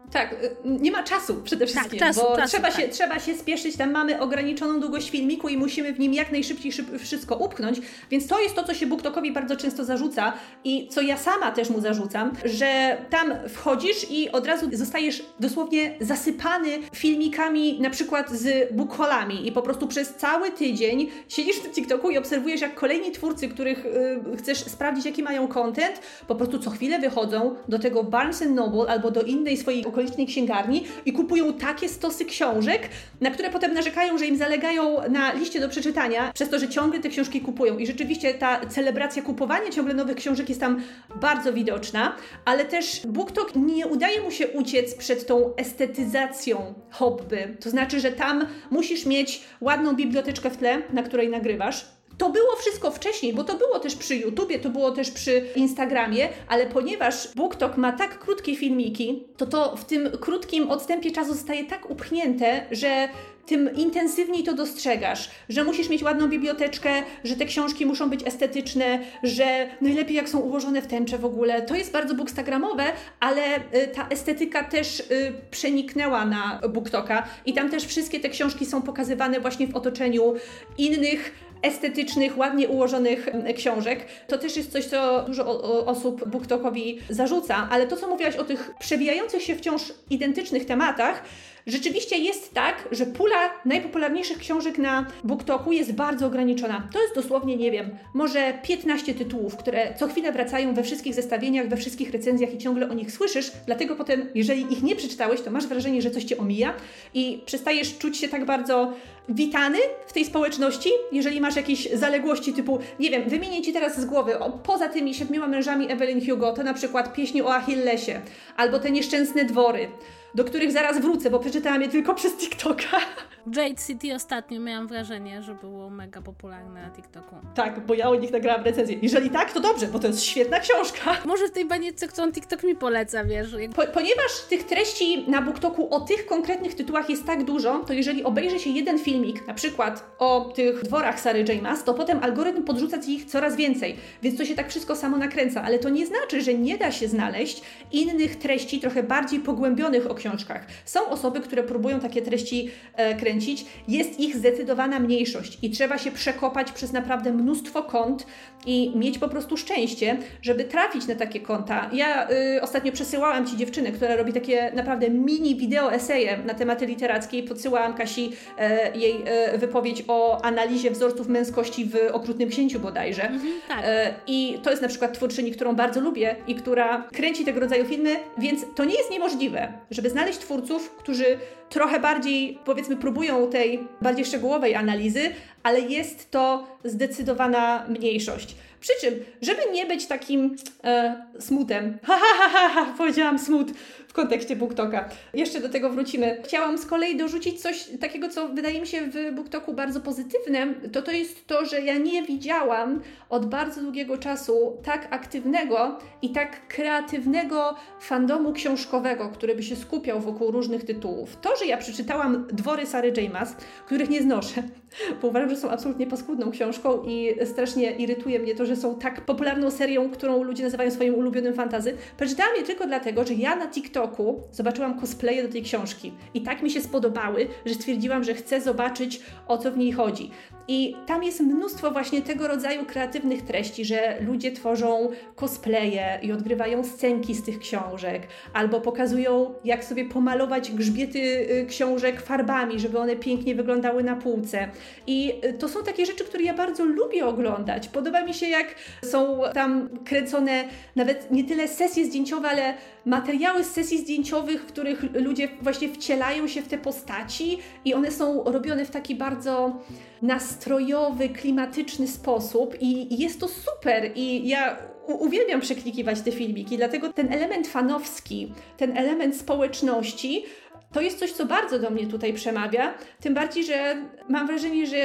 Tak, nie ma czasu przede wszystkim, tak, czasu, bo czasu, trzeba, tak. się, trzeba się spieszyć, tam mamy ograniczoną długość filmiku i musimy w nim jak najszybciej szyb, wszystko upchnąć, więc to jest to, co się BookTokowi bardzo często zarzuca i co ja sama też mu zarzucam, że tam wchodzisz i od razu zostajesz dosłownie zasypany filmikami na przykład z bookhaulami i po prostu przez cały tydzień siedzisz w TikToku i obserwujesz, jak kolejni twórcy, których yy, chcesz sprawdzić, jaki mają content, po prostu co chwilę wychodzą do tego Barnes and Noble albo do innej swojej okolicznej księgarni i kupują takie stosy książek, na które potem narzekają, że im zalegają na liście do przeczytania, przez to, że ciągle te książki kupują. I rzeczywiście ta celebracja kupowania ciągle nowych książek jest tam bardzo widoczna, ale też BookTok nie udaje mu się uciec przed tą estetyzacją hobby. To znaczy, że tam musisz mieć ładną biblioteczkę w tle, na której nagrywasz. To było wszystko wcześniej, bo to było też przy YouTubie, to było też przy Instagramie, ale ponieważ BookTok ma tak krótkie filmiki, to to w tym krótkim odstępie czasu zostaje tak upchnięte, że tym intensywniej to dostrzegasz, że musisz mieć ładną biblioteczkę, że te książki muszą być estetyczne, że najlepiej jak są ułożone w tęczę w ogóle. To jest bardzo bookstagramowe, ale y, ta estetyka też y, przeniknęła na BookToka i tam też wszystkie te książki są pokazywane właśnie w otoczeniu innych estetycznych, ładnie ułożonych książek. To też jest coś, co dużo osób BookTokowi zarzuca, ale to, co mówiłaś o tych przewijających się wciąż identycznych tematach, rzeczywiście jest tak, że pula najpopularniejszych książek na BookToku jest bardzo ograniczona. To jest dosłownie, nie wiem, może piętnaście tytułów, które co chwilę wracają we wszystkich zestawieniach, we wszystkich recenzjach i ciągle o nich słyszysz, dlatego potem, jeżeli ich nie przeczytałeś, to masz wrażenie, że coś cię omija i przestajesz czuć się tak bardzo witany w tej społeczności, jeżeli masz jakieś zaległości typu, nie wiem, wymienię Ci teraz z głowy, o, poza tymi siedmioma mężami Evelyn Hugo, to na przykład pieśni o Achillesie, albo te nieszczęsne dwory, do których zaraz wrócę, bo przeczytałam je tylko przez TikToka. Jade City ostatnio miałam wrażenie, że było mega popularne na TikToku. Tak, bo ja o nich nagrałam recenzję. Jeżeli tak, to dobrze, bo to jest świetna książka. Może w tej banieczce, którą TikTok mi poleca, wiesz. Jak... Po, ponieważ tych treści na BookToku o tych konkretnych tytułach jest tak dużo, to jeżeli obejrzy się jeden filmik, na przykład o tych dworach Sary J. Maas, to potem algorytm podrzuca Ci ich coraz więcej. Więc to się tak wszystko samo nakręca. Ale to nie znaczy, że nie da się znaleźć innych treści, trochę bardziej pogłębionych o książkach. Są osoby, które próbują takie treści e, kręcić. Jest ich zdecydowana mniejszość i trzeba się przekopać przez naprawdę mnóstwo kont i mieć po prostu szczęście, żeby trafić na takie konta. Ja y, ostatnio przesyłałam Ci dziewczynę, która robi takie naprawdę mini wideo eseje na tematy literackie i podsyłałam Kasi e, jej e, wypowiedź o analizie wzorców męskości w Okrutnym Księciu bodajże. Mhm, tak. e, I to jest na przykład twórczyni, którą bardzo lubię i która kręci tego rodzaju filmy, więc to nie jest niemożliwe, żeby znaleźć twórców, którzy trochę bardziej, powiedzmy, próbują tej bardziej szczegółowej analizy, ale jest to zdecydowana mniejszość. Przy czym, żeby nie być takim e, smutem, ha, ha, ha, ha, powiedziałam smut w kontekście BookToka. Jeszcze do tego wrócimy. Chciałam z kolei dorzucić coś takiego, co wydaje mi się w BookToku bardzo pozytywne, to to jest to, że ja nie widziałam od bardzo długiego czasu tak aktywnego i tak kreatywnego fandomu książkowego, który by się skupiał wokół różnych tytułów. To, że ja przeczytałam Dwory Sary J. Maas, których nie znoszę, bo uważam, że są absolutnie paskudną książką i strasznie irytuje mnie to, że są tak popularną serią, którą ludzie nazywają swoim ulubionym fantasy. Przeczytałam je tylko dlatego, że ja na TikToku zobaczyłam cosplaye do tej książki i tak mi się spodobały, że stwierdziłam, że chcę zobaczyć, o co w niej chodzi. I tam jest mnóstwo właśnie tego rodzaju kreatywnych treści, że ludzie tworzą cosplaye i odgrywają scenki z tych książek, albo pokazują, jak sobie pomalować grzbiety książek farbami, żeby one pięknie wyglądały na półce. I to są takie rzeczy, które ja bardzo lubię oglądać. Podoba mi się, jak są tam kręcone nawet nie tyle sesje zdjęciowe, ale materiały z sesji zdjęciowych, w których ludzie właśnie wcielają się w te postaci i one są robione w taki bardzo nastrojowy, klimatyczny sposób i jest to super i ja uwielbiam przeklikiwać te filmiki, dlatego ten element fanowski, ten element społeczności to jest coś, co bardzo do mnie tutaj przemawia, tym bardziej, że mam wrażenie, że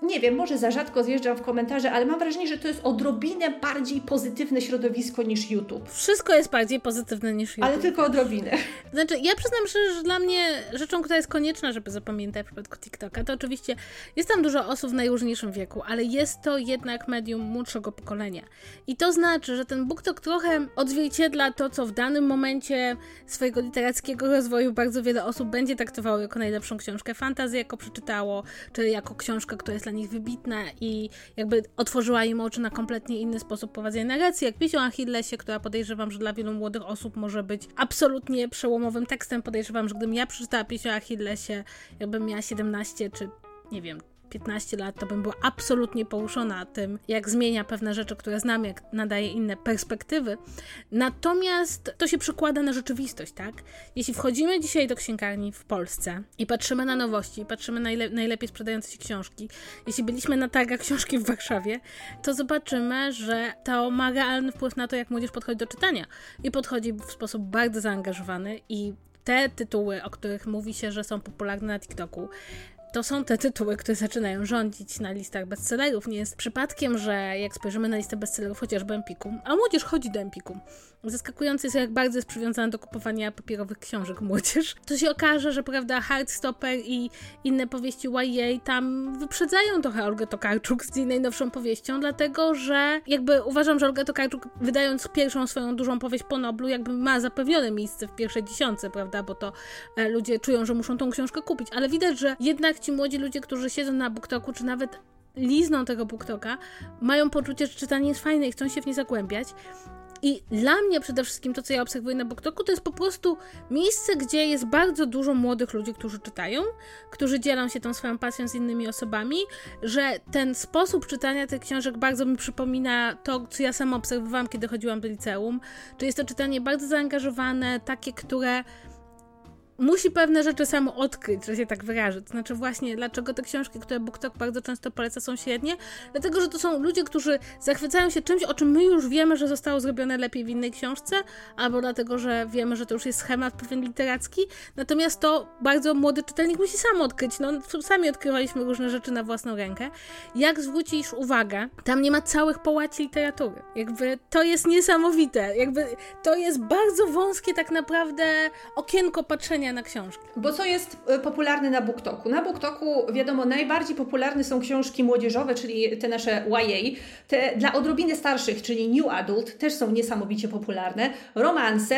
nie wiem, może za rzadko zjeżdżam w komentarze, ale mam wrażenie, że to jest odrobinę bardziej pozytywne środowisko niż YouTube. Wszystko jest bardziej pozytywne niż YouTube. Ale tylko odrobinę. Znaczy, ja przyznam szczerze, że dla mnie rzeczą, która jest konieczna, żeby zapamiętać w przypadku TikToka, to oczywiście jest tam dużo osób w najróżniejszym wieku, ale jest to jednak medium młodszego pokolenia. I to znaczy, że ten BookTok trochę odzwierciedla to, co w danym momencie swojego literackiego rozwoju bardzo wiele osób będzie traktowało jako najlepszą książkę fantasy, jako przeczytało, czy jako książkę, która jest dla nich wybitna i jakby otworzyła im oczy na kompletnie inny sposób prowadzenia narracji, jak Pieśń o Achillesie, która podejrzewam, że dla wielu młodych osób może być absolutnie przełomowym tekstem. Podejrzewam, że gdybym ja przeczytała Pieśń o Achillesie, jakbym miała siedemnaście czy nie wiem, piętnaście lat, to bym była absolutnie poruszona tym, jak zmienia pewne rzeczy, które znam, jak nadaje inne perspektywy. Natomiast to się przekłada na rzeczywistość, tak? Jeśli wchodzimy dzisiaj do księgarni w Polsce i patrzymy na nowości, i patrzymy na najle- najlepiej sprzedające się książki, jeśli byliśmy na targach książki w Warszawie, to zobaczymy, że to ma realny wpływ na to, jak młodzież podchodzi do czytania. I podchodzi w sposób bardzo zaangażowany i te tytuły, o których mówi się, że są popularne na TikToku, to są te tytuły, które zaczynają rządzić na listach bestsellerów. Nie jest przypadkiem, że jak spojrzymy na listę bestsellerów chociażby Empiku, a młodzież chodzi do Empiku. Zaskakujące jest, jak bardzo jest przywiązana do kupowania papierowych książek młodzież. To się okaże, że prawda, Heartstopper i inne powieści Y A tam wyprzedzają trochę Olgę Tokarczuk z jej najnowszą powieścią, dlatego że jakby uważam, że Olga Tokarczuk, wydając pierwszą swoją dużą powieść po Noblu, jakby ma zapewnione miejsce w pierwszej dziesiątce, prawda, bo to e, ludzie czują, że muszą tą książkę kupić, ale widać, że jednak ci młodzi ludzie, którzy siedzą na BookToku, czy nawet lizną tego BookToka, mają poczucie, że czytanie jest fajne i chcą się w nie zagłębiać. I dla mnie przede wszystkim to, co ja obserwuję na BookToku, to jest po prostu miejsce, gdzie jest bardzo dużo młodych ludzi, którzy czytają, którzy dzielą się tą swoją pasją z innymi osobami, że ten sposób czytania tych książek bardzo mi przypomina to, co ja sama obserwowałam, kiedy chodziłam do liceum, czyli jest to czytanie bardzo zaangażowane, takie, które musi pewne rzeczy samo odkryć, że się tak wyrażę. To znaczy właśnie, dlaczego te książki, które BookTok bardzo często poleca, są średnie? Dlatego, że to są ludzie, którzy zachwycają się czymś, o czym my już wiemy, że zostało zrobione lepiej w innej książce, albo dlatego, że wiemy, że to już jest schemat pewien literacki. Natomiast to bardzo młody czytelnik musi sam odkryć. No, sami odkrywaliśmy różne rzeczy na własną rękę. Jak zwrócisz uwagę, tam nie ma całych połaci literatury. Jakby to jest niesamowite. Jakby to jest bardzo wąskie tak naprawdę okienko patrzenia na książki. Bo co jest popularne na BookToku? Na BookToku, wiadomo, najbardziej popularne są książki młodzieżowe, czyli te nasze Y A. Te dla odrobiny starszych, czyli New Adult, też są niesamowicie popularne. Romanse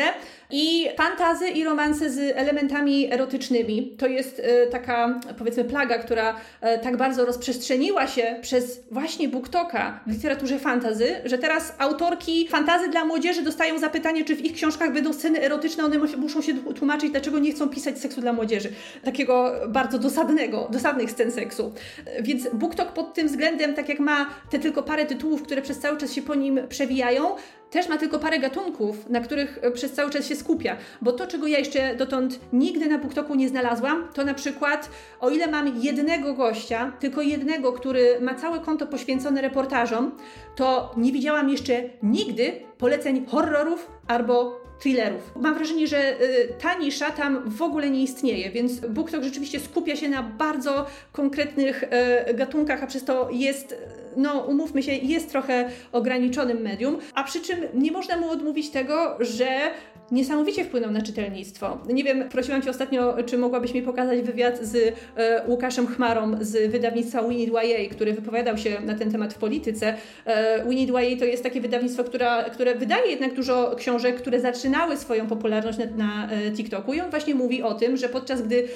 i fantasy i romanse z elementami erotycznymi. To jest e, taka, powiedzmy, plaga, która e, tak bardzo rozprzestrzeniła się przez właśnie BookToka w literaturze fantasy, że teraz autorki fantasy dla młodzieży dostają zapytanie, czy w ich książkach będą sceny erotyczne, one muszą się tłumaczyć, dlaczego nie chcą pisać seksu dla młodzieży. Takiego bardzo dosadnego, dosadnych scen seksu. Więc BookTok pod tym względem, tak jak ma te tylko parę tytułów, które przez cały czas się po nim przewijają, też ma tylko parę gatunków, na których przez cały czas się skupia. Bo to, czego ja jeszcze dotąd nigdy na BookToku nie znalazłam, to na przykład, o ile mam jednego gościa, tylko jednego, który ma całe konto poświęcone reportażom, to nie widziałam jeszcze nigdy poleceń horrorów albo thrillerów. Mam wrażenie, że y, ta nisza tam w ogóle nie istnieje, więc BookTok rzeczywiście skupia się na bardzo konkretnych y, gatunkach, a przez to jest, no umówmy się, jest trochę ograniczonym medium, a przy czym nie można mu odmówić tego, że niesamowicie wpłynął na czytelnictwo. Nie wiem, prosiłam Cię ostatnio, czy mogłabyś mi pokazać wywiad z e, Łukaszem Chmarą z wydawnictwa We Need Y A, który wypowiadał się na ten temat w polityce. E, We Need Y A to jest takie wydawnictwo, która, które wydaje jednak dużo książek, które zaczynały swoją popularność na, na e, TikToku i on właśnie mówi o tym, że podczas gdy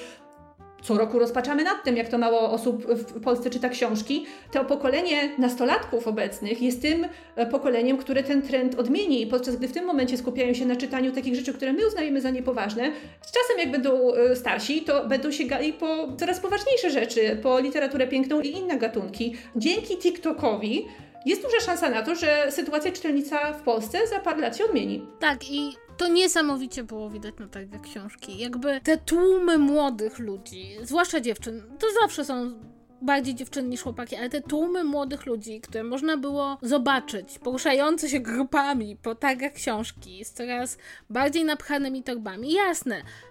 co roku rozpaczamy nad tym, jak to mało osób w Polsce czyta książki, to pokolenie nastolatków obecnych jest tym pokoleniem, które ten trend odmieni, podczas gdy w tym momencie skupiają się na czytaniu takich rzeczy, które my uznajemy za niepoważne. Z czasem, jak będą starsi, to będą sięgali po coraz poważniejsze rzeczy, po literaturę piękną i inne gatunki. Dzięki TikTokowi jest duża szansa na to, że sytuacja czytelnicza w Polsce za parę lat się odmieni. Tak, i to niesamowicie było widać na targach książki. Jakby te tłumy młodych ludzi, zwłaszcza dziewczyn, to zawsze są bardziej dziewczyny niż chłopaki, ale te tłumy młodych ludzi, które można było zobaczyć, poruszające się grupami po targach książki z coraz bardziej napchanymi torbami. Jasne,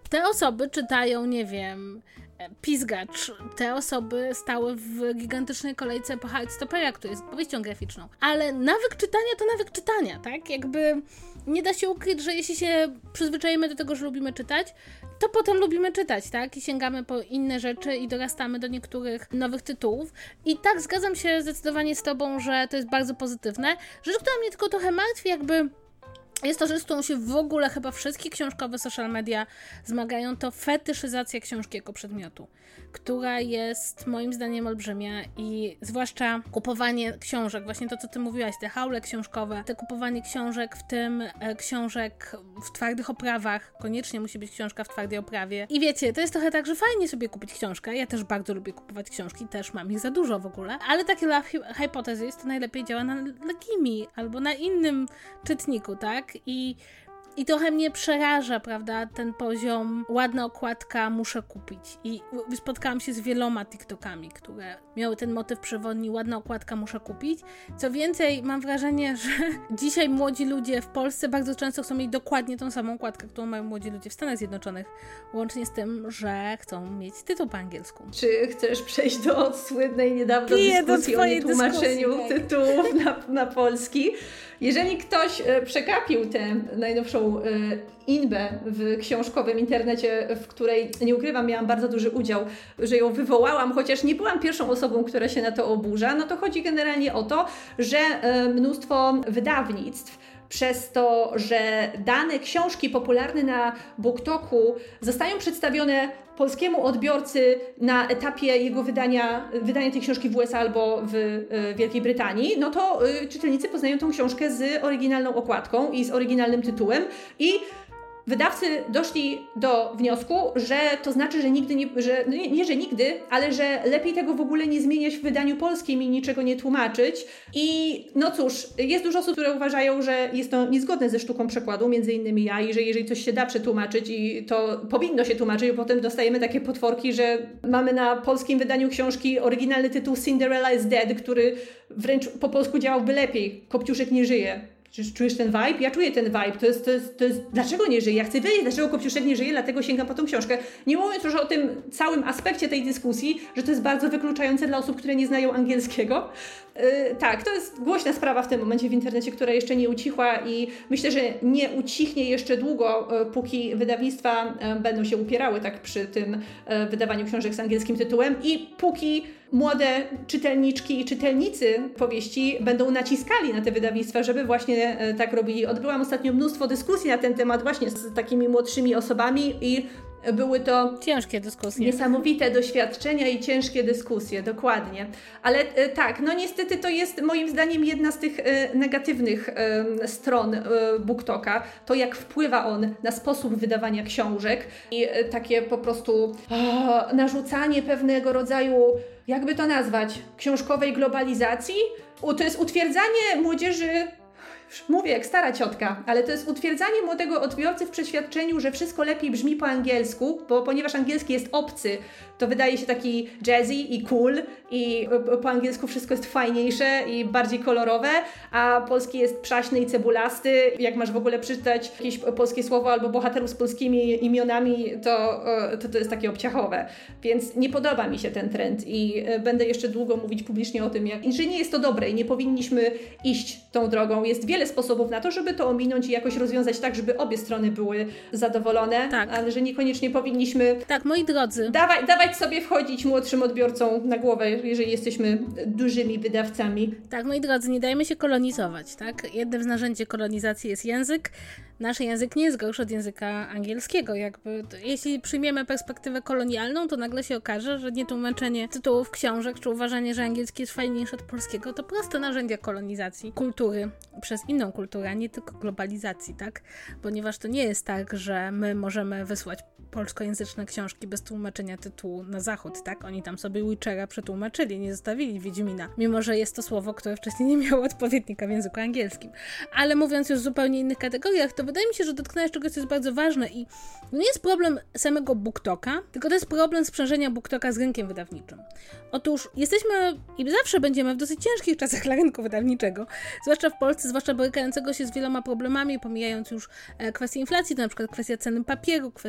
te osoby czytają, nie wiem, Pizgacz. Te osoby stały w gigantycznej kolejce po Heartstopera, który jest powieścią graficzną. Ale nawyk czytania to nawyk czytania, tak? Jakby nie da się ukryć, że jeśli się przyzwyczajemy do tego, że lubimy czytać, to potem lubimy czytać, tak? I sięgamy po inne rzeczy i dorastamy do niektórych nowych tytułów. I tak, zgadzam się zdecydowanie z tobą, że to jest bardzo pozytywne. Rzecz, która mnie tylko trochę martwi, jakby jest to rzecz, z którą się w ogóle chyba wszystkie książkowe social media zmagają, to fetyszyzacja książki jako przedmiotu, która jest moim zdaniem olbrzymia i zwłaszcza kupowanie książek, właśnie to, co ty mówiłaś, te haule książkowe, te kupowanie książek, w tym e, książek w twardych oprawach, koniecznie musi być książka w twardej oprawie. I wiecie, to jest trochę tak, że fajnie sobie kupić książkę, ja też bardzo lubię kupować książki, też mam ich za dużo w ogóle, ale takie Love Hypothesis to najlepiej działa na Legimi albo na innym czytniku, tak? I, I trochę mnie przeraża, prawda, ten poziom, ładna okładka, muszę kupić. I spotkałam się z wieloma TikTokami, które miały ten motyw przewodni, ładna okładka, muszę kupić. Co więcej, mam wrażenie, że dzisiaj młodzi ludzie w Polsce bardzo często chcą mieć dokładnie tą samą okładkę, którą mają młodzi ludzie w Stanach Zjednoczonych, łącznie z tym, że chcą mieć tytuł po angielsku. Czy chcesz przejść do słynnej niedawno Piję dyskusji o nietłumaczeniu dyskusji, tak. tytułów na, na polski? Jeżeli ktoś przekapił tę najnowszą inbę w książkowym internecie, w której, nie ukrywam, miałam bardzo duży udział, że ją wywołałam, chociaż nie byłam pierwszą osobą, która się na to oburza, no to chodzi generalnie o to, że mnóstwo wydawnictw przez to, że dane książki popularne na BookToku zostają przedstawione polskiemu odbiorcy na etapie jego wydania, wydania tej książki w U S A albo w Wielkiej Brytanii, no to czytelnicy poznają tą książkę z oryginalną okładką i z oryginalnym tytułem i wydawcy doszli do wniosku, że to znaczy, że nigdy nie, że, nie, nie, że nigdy, ale że lepiej tego w ogóle nie zmieniać w wydaniu polskim i niczego nie tłumaczyć. I no cóż, jest dużo osób, które uważają, że jest to niezgodne ze sztuką przekładu, między innymi ja, i że jeżeli coś się da przetłumaczyć i to powinno się tłumaczyć, bo potem dostajemy takie potworki, że mamy na polskim wydaniu książki oryginalny tytuł Cinderella is Dead, który wręcz po polsku działałby lepiej. Kopciuszek nie żyje. Czy czujesz ten vibe? Ja czuję ten vibe. To jest, to jest, to jest... Dlaczego nie żyje? Ja chcę wiedzieć, dlaczego Kopciuszek nie żyje, dlatego sięgam po tą książkę. Nie mówiąc już o tym całym aspekcie tej dyskusji, że to jest bardzo wykluczające dla osób, które nie znają angielskiego. Yy, tak, to jest głośna sprawa w tym momencie w internecie, która jeszcze nie ucichła i myślę, że nie ucichnie jeszcze długo, yy, póki wydawnictwa yy, będą się upierały tak przy tym yy, wydawaniu książek z angielskim tytułem i póki młode czytelniczki i czytelnicy powieści będą naciskali na te wydawnictwa, żeby właśnie e, tak robili. Odbyłam ostatnio mnóstwo dyskusji na ten temat właśnie z takimi młodszymi osobami i były to ciężkie dyskusje. Niesamowite doświadczenia i ciężkie dyskusje, dokładnie. Ale e, tak, no niestety to jest moim zdaniem jedna z tych e, negatywnych e, stron e, BookToka, to jak wpływa on na sposób wydawania książek i e, takie po prostu o, narzucanie pewnego rodzaju, jakby to nazwać, książkowej globalizacji. U, to jest utwierdzanie młodzieży. Mówię jak stara ciotka, ale to jest utwierdzanie młodego odbiorcy w przeświadczeniu, że wszystko lepiej brzmi po angielsku, bo ponieważ angielski jest obcy, to wydaje się taki jazzy i cool i po angielsku wszystko jest fajniejsze i bardziej kolorowe, a polski jest przaśny i cebulasty. Jak masz w ogóle przeczytać jakieś polskie słowo albo bohaterów z polskimi imionami, to to, to jest takie obciachowe. Więc nie podoba mi się ten trend i będę jeszcze długo mówić publicznie o tym, jak, że nie jest to dobre i nie powinniśmy iść tą drogą. Jest wiele sposobów na to, żeby to ominąć i jakoś rozwiązać tak, żeby obie strony były zadowolone, tak. Ale że niekoniecznie powinniśmy... Tak, moi drodzy. Dawaj, dawaj sobie wchodzić młodszym odbiorcom na głowę, jeżeli jesteśmy dużymi wydawcami. Tak, moi drodzy, nie dajmy się kolonizować, tak? Jednym z narzędzi kolonizacji jest język. Nasz język nie jest gorszy od języka angielskiego. Jakby, to, jeśli przyjmiemy perspektywę kolonialną, to nagle się okaże, że nietłumaczenie tytułów książek, czy uważanie, że angielski jest fajniejszy od polskiego, to proste narzędzia kolonizacji kultury przez inną kulturę, a nie tylko globalizacji, tak? Ponieważ to nie jest tak, że my możemy wysłać polskojęzyczne książki bez tłumaczenia tytułu na zachód, tak? Oni tam sobie Witchera przetłumaczyli, nie zostawili Wiedźmina, mimo że jest to słowo, które wcześniej nie miało odpowiednika w języku angielskim. Ale mówiąc już w zupełnie innych kategoriach, to wydaje mi się, że dotknąłeś czegoś, co jest bardzo ważne i nie jest problem samego BookToka, tylko to jest problem sprzężenia BookToka z rynkiem wydawniczym. Otóż jesteśmy i zawsze będziemy w dosyć ciężkich czasach dla rynku wydawniczego, zwłaszcza w Polsce, zwłaszcza borykającego się z wieloma problemami, pomijając już kwestię inflacji, to na przykład kwestia ceny papieru, kwestia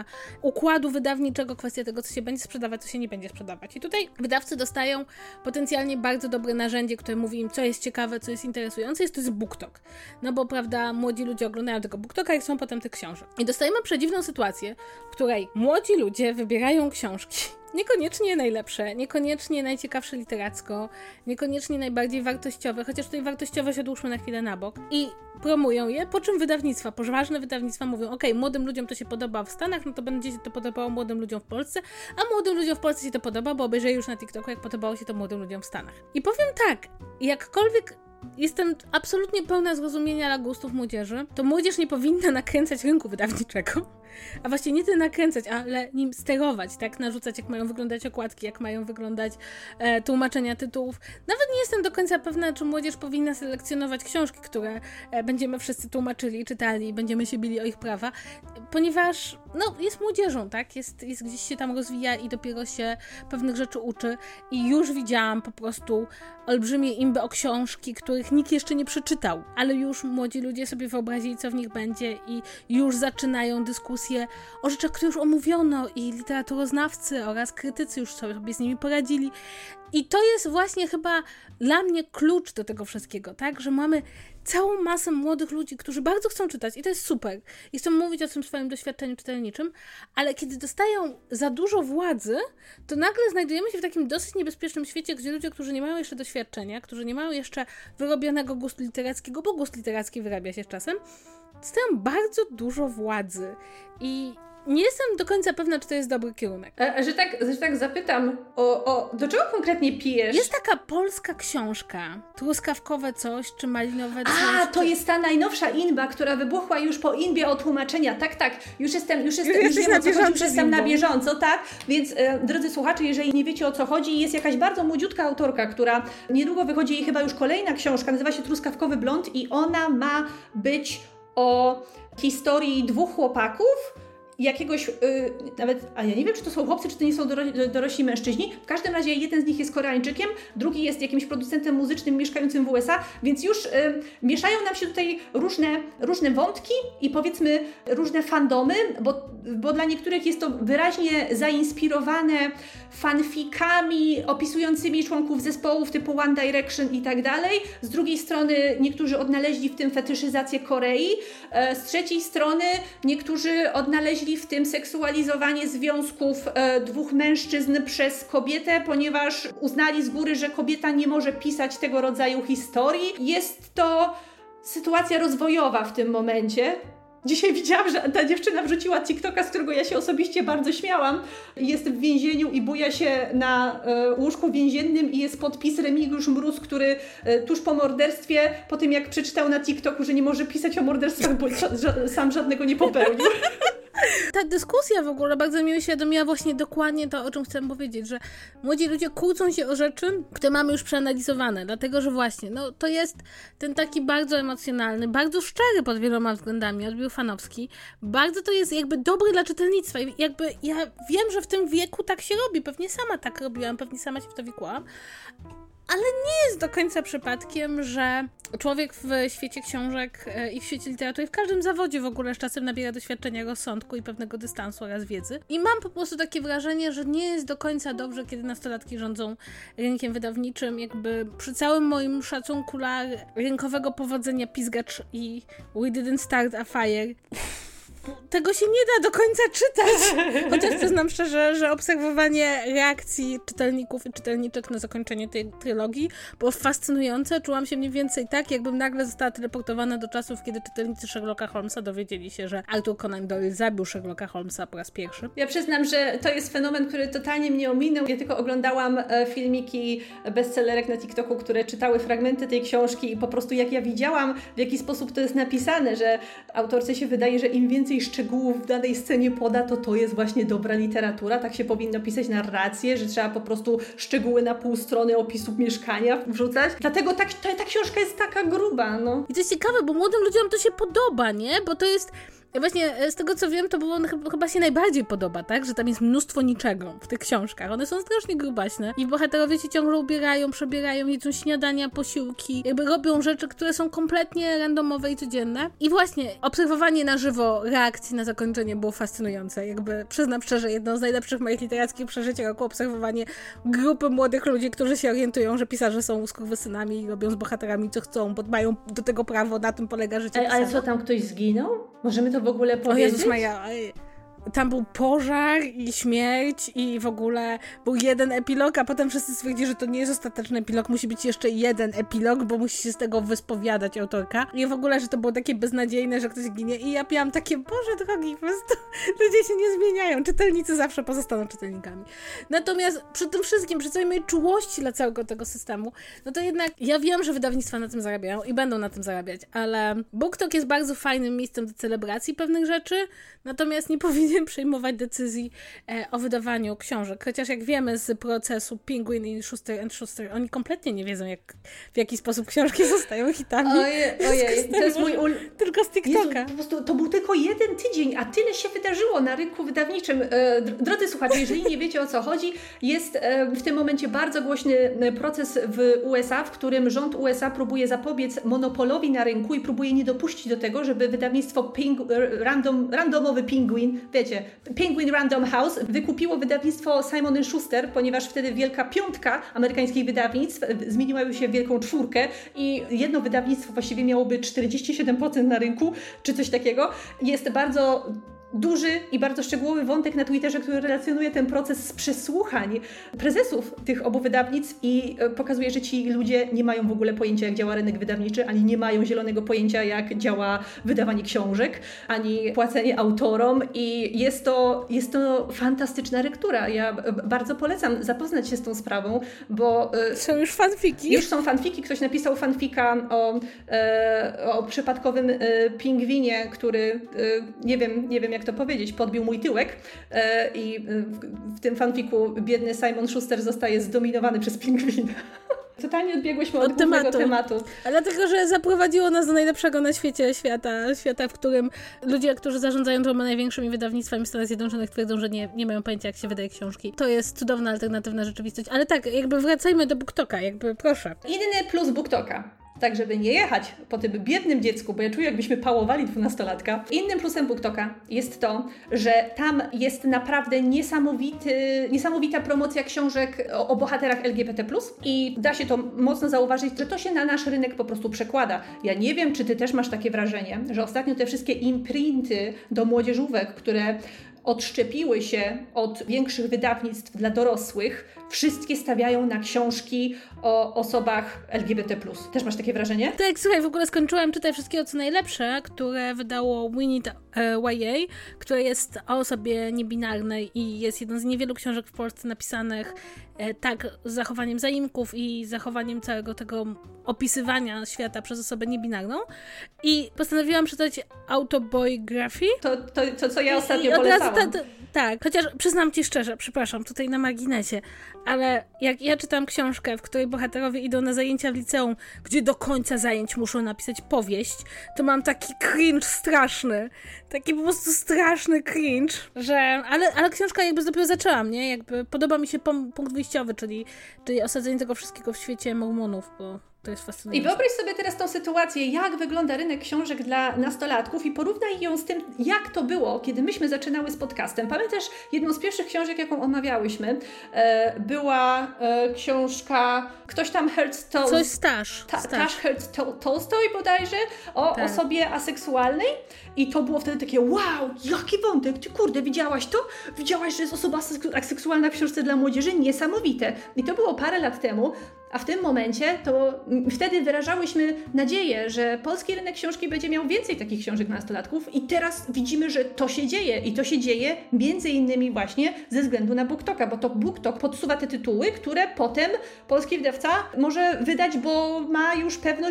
układu wydawniczego, kwestia tego, co się będzie sprzedawać, co się nie będzie sprzedawać. I tutaj wydawcy dostają potencjalnie bardzo dobre narzędzie, które mówi im, co jest ciekawe, co jest interesujące, jest to jest BookTok. No bo, prawda, młodzi ludzie oglądają tego BookToka i chcą potem tych książek. I dostajemy przedziwną sytuację, w której młodzi ludzie wybierają książki, niekoniecznie najlepsze, niekoniecznie najciekawsze literacko, niekoniecznie najbardziej wartościowe, chociaż tutaj wartościowość odłóżmy na chwilę na bok, i promują je, po czym wydawnictwa, poważne wydawnictwa mówią, ok, młodym ludziom to się podoba w Stanach, no to będzie się to podobało młodym ludziom w Polsce, a młodym ludziom w Polsce się to podoba, bo obejrzeli już na TikToku, jak podobało się to młodym ludziom w Stanach. I powiem tak, jakkolwiek jestem absolutnie pełna zrozumienia dla gustów młodzieży, to młodzież nie powinna nakręcać rynku wydawniczego, a właściwie nie tyle nakręcać, ale nim sterować, tak? Narzucać, jak mają wyglądać okładki, jak mają wyglądać e, tłumaczenia tytułów. Nawet nie jestem do końca pewna, czy młodzież powinna selekcjonować książki, które e, będziemy wszyscy tłumaczyli, czytali i będziemy się bili o ich prawa, ponieważ no, jest młodzieżą, tak? Jest, jest gdzieś się tam rozwija i dopiero się pewnych rzeczy uczy i już widziałam po prostu olbrzymie imby o książki, których nikt jeszcze nie przeczytał, ale już młodzi ludzie sobie wyobrazili, co w nich będzie i już zaczynają dyskusje o rzeczach, które już omówiono i literaturoznawcy oraz krytycy już sobie z nimi poradzili. I to jest właśnie chyba dla mnie klucz do tego wszystkiego, tak? Że mamy całą masę młodych ludzi, którzy bardzo chcą czytać i to jest super. I chcą mówić o tym swoim doświadczeniu czytelniczym, ale kiedy dostają za dużo władzy, to nagle znajdujemy się w takim dosyć niebezpiecznym świecie, gdzie ludzie, którzy nie mają jeszcze doświadczenia, którzy nie mają jeszcze wyrobionego gustu literackiego, bo gust literacki wyrabia się z czasem, dostają bardzo dużo władzy. I nie jestem do końca pewna, czy to jest dobry kierunek. A, że, tak, że tak zapytam, o, o, do czego konkretnie pijesz? Jest taka polska książka, truskawkowe coś, czy malinowe coś. A, to jest ta najnowsza inba, która wybuchła już po inbie o tłumaczenia. Tak, tak, już jestem, już jestem, już wiem, o co chodzi, już jestem na bieżąco, tak? Więc, e, drodzy słuchacze, jeżeli nie wiecie, o co chodzi, jest jakaś bardzo młodziutka autorka, która niedługo wychodzi jej chyba już kolejna książka, nazywa się Truskawkowy blond i ona ma być o historii dwóch chłopaków, jakiegoś, yy, nawet, a ja nie wiem, czy to są chłopcy, czy to nie są doro- dorośli mężczyźni. W każdym razie jeden z nich jest Koreańczykiem, drugi jest jakimś producentem muzycznym mieszkającym w U S A, więc już yy, mieszają nam się tutaj różne, różne wątki i powiedzmy różne fandomy, bo, bo dla niektórych jest to wyraźnie zainspirowane fanfikami opisującymi członków zespołów typu One Direction i tak dalej. Z drugiej strony niektórzy odnaleźli w tym fetyszyzację Korei, yy, z trzeciej strony niektórzy odnaleźli w tym seksualizowanie związków e, dwóch mężczyzn przez kobietę, ponieważ uznali z góry, że kobieta nie może pisać tego rodzaju historii. Jest to sytuacja rozwojowa w tym momencie. Dzisiaj widziałam, że ta dziewczyna wrzuciła TikToka, z którego ja się osobiście bardzo śmiałam. Jest w więzieniu i buja się na e, łóżku więziennym i jest podpis Remigiusz Mróz, który e, tuż po morderstwie, po tym jak przeczytał na TikToku, że nie może pisać o morderstwach, bo ża- ża- sam żadnego nie popełnił. Ta dyskusja w ogóle bardzo mi uświadomiła właśnie dokładnie to, o czym chcę powiedzieć, że młodzi ludzie kłócą się o rzeczy, które mamy już przeanalizowane, dlatego, że właśnie, no to jest ten taki bardzo emocjonalny, bardzo szczery pod wieloma względami odbiór fanowski, bardzo to jest jakby dobry dla czytelnictwa i jakby ja wiem, że w tym wieku tak się robi, pewnie sama tak robiłam, pewnie sama się w to wikłałam, ale nie jest do końca przypadkiem, że człowiek w świecie książek i w świecie literatury, w każdym zawodzie w ogóle z czasem nabiera doświadczenia, rozsądku i pewnego dystansu oraz wiedzy. I mam po prostu takie wrażenie, że nie jest do końca dobrze, kiedy nastolatki rządzą rynkiem wydawniczym. Jakby przy całym moim szacunku dla rynkowego powodzenia Pizgacz i We Didn't Start a Fire, tego się nie da do końca czytać. Chociaż przyznam szczerze, że obserwowanie reakcji czytelników i czytelniczek na zakończenie tej trylogii było fascynujące. Czułam się mniej więcej tak, jakbym nagle została teleportowana do czasów, kiedy czytelnicy Sherlocka Holmesa dowiedzieli się, że Arthur Conan Doyle zabił Sherlocka Holmesa po raz pierwszy. Ja przyznam, że to jest fenomen, który totalnie mnie ominął. Ja tylko oglądałam e, filmiki bestsellerek na TikToku, które czytały fragmenty tej książki i po prostu jak ja widziałam, w jaki sposób to jest napisane, że autorce się wydaje, że im więcej szczegółów w danej scenie poda, to to jest właśnie dobra literatura. Tak się powinno pisać narrację, że trzeba po prostu szczegóły na pół strony opisu mieszkania wrzucać. Dlatego tak, ta, ta książka jest taka gruba, no. I to jest ciekawe, bo młodym ludziom to się podoba, nie? Bo to jest Ja właśnie z tego co wiem, to było on chyba się najbardziej podoba, tak? Że tam jest mnóstwo niczego w tych książkach. One są strasznie grubaśne i bohaterowie się ciągle ubierają, przebierają, jedzą śniadania, posiłki, jakby robią rzeczy, które są kompletnie randomowe i codzienne. I właśnie obserwowanie na żywo reakcji na zakończenie było fascynujące. Jakby przyznam szczerze, jedno z najlepszych moich literackich przeżyć roku obserwowanie grupy młodych ludzi, którzy się orientują, że pisarze są skurwysynami i robią z bohaterami co chcą, bo mają do tego prawo, na tym polega życie pisarza. Ale co, tam ktoś zginął? Możemy to w ogóle powiedzieć? O Jezus Maria, tam był pożar i śmierć i w ogóle był jeden epilog, a potem wszyscy stwierdzili, że to nie jest ostateczny epilog, musi być jeszcze jeden epilog, bo musi się z tego wyspowiadać autorka. I w ogóle, że to było takie beznadziejne, że ktoś ginie i ja miałam takie, Boże drogi, po prostu ludzie się nie zmieniają, czytelnicy zawsze pozostaną czytelnikami. Natomiast przy tym wszystkim, przy całej mojej czułości dla całego tego systemu, no to jednak ja wiem, że wydawnictwa na tym zarabiają i będą na tym zarabiać, ale BookTok jest bardzo fajnym miejscem do celebracji pewnych rzeczy, natomiast nie powinien przyjmować decyzji e, o wydawaniu książek. Chociaż jak wiemy z procesu Penguin i Schuster and Schuster, oni kompletnie nie wiedzą, jak, w jaki sposób książki zostają hitami. Ojej, ojej. To jest mój ul... Tylko z TikToka. Jezu, po prostu to był tylko jeden tydzień, a tyle się wydarzyło na rynku wydawniczym. E, drodzy słuchacze, jeżeli nie wiecie, o co chodzi, jest e, w tym momencie bardzo głośny proces w U S A, w którym rząd U S A próbuje zapobiec monopolowi na rynku i próbuje nie dopuścić do tego, żeby wydawnictwo Ping... Random... randomowy Penguin, wiecie, Penguin Random House wykupiło wydawnictwo Simon and Schuster, ponieważ wtedy wielka piątka amerykańskich wydawnictw zmieniła się w wielką czwórkę i jedno wydawnictwo właściwie miałoby czterdzieści siedem procent na rynku, czy coś takiego. Jest bardzo duży i bardzo szczegółowy wątek na Twitterze, który relacjonuje ten proces z przesłuchań prezesów tych obu wydawnictw i pokazuje, że ci ludzie nie mają w ogóle pojęcia, jak działa rynek wydawniczy, ani nie mają zielonego pojęcia, jak działa wydawanie książek, ani płacenie autorom i jest to, jest to fantastyczna lektura. Ja bardzo polecam zapoznać się z tą sprawą, bo... Są już fanfiki. Już są fanfiki. Ktoś napisał fanfika o, o przypadkowym pingwinie, który, nie wiem, nie wiem jak to powiedzieć, podbił mój tyłek e, i w tym fanfiku biedny Simon Schuster zostaje zdominowany przez pingwina. Totalnie odbiegłyśmy od, od głównego tematu. tematu. Ale dlatego, że zaprowadziło nas do najlepszego na świecie świata, świata, w którym ludzie, którzy zarządzają dwoma największymi wydawnictwami Stanów Zjednoczonych, twierdzą, że nie, nie mają pojęcia, jak się wydaje książki. To jest cudowna, alternatywna rzeczywistość. Ale tak, jakby wracajmy do BookToka, jakby proszę. Inny plus BookToka. Tak, żeby nie jechać po tym biednym dziecku, bo ja czuję, jakbyśmy pałowali dwunastolatka. Innym plusem BookToka jest to, że tam jest naprawdę niesamowity, niesamowita promocja książek o, o bohaterach L G B T plus i da się to mocno zauważyć, że to się na nasz rynek po prostu przekłada. Ja nie wiem, czy ty też masz takie wrażenie, że ostatnio te wszystkie imprinty do młodzieżówek, które odszczepiły się od większych wydawnictw dla dorosłych, wszystkie stawiają na książki o osobach L G B T plus. Też masz takie wrażenie? Tak, słuchaj, w ogóle skończyłam czytać wszystkiego co najlepsze, które wydało We Need Y A, które jest o osobie niebinarnej i jest jedną z niewielu książek w Polsce napisanych e, tak z zachowaniem zaimków i zachowaniem całego tego opisywania świata przez osobę niebinarną. I postanowiłam czytać autobiography. To, to, to co ja ostatnio I, i polecałam. Ta, ta, tak, chociaż przyznam ci szczerze, przepraszam, tutaj na marginesie, ale jak ja czytam książkę, w której bohaterowie idą na zajęcia w liceum, gdzie do końca zajęć muszą napisać powieść, to mam taki cringe straszny. Taki po prostu straszny cringe, że... Ale, ale książka jakby dopiero zaczęłam, nie? Jakby podoba mi się punkt wyjściowy, czyli, czyli osadzenie tego wszystkiego w świecie Mormonów, bo to jest fascynujące. I wyobraź sobie teraz tą sytuację, jak wygląda rynek książek dla nastolatków i porównaj ją z tym, jak to było, kiedy myśmy zaczynały z podcastem. Pamiętasz, jedną z pierwszych książek, jaką omawiałyśmy, e, była e, książka Ktoś tam Hertz Tol... Coś Stash. Ta, Tash Hertz Tol, Tolstoj bodajże, o tak. osobie aseksualnej i to było wtedy takie, wow, jaki wątek, ty kurde, widziałaś to? Widziałaś, że jest osoba aseksualna w książce dla młodzieży? Niesamowite. I to było parę lat temu. A w tym momencie to wtedy wyrażałyśmy nadzieję, że polski rynek książki będzie miał więcej takich książek dla nastolatków i teraz widzimy, że to się dzieje i to się dzieje między innymi właśnie ze względu na BookToka, bo to BookTok podsuwa te tytuły, które potem polski wydawca może wydać, bo ma już pewność, że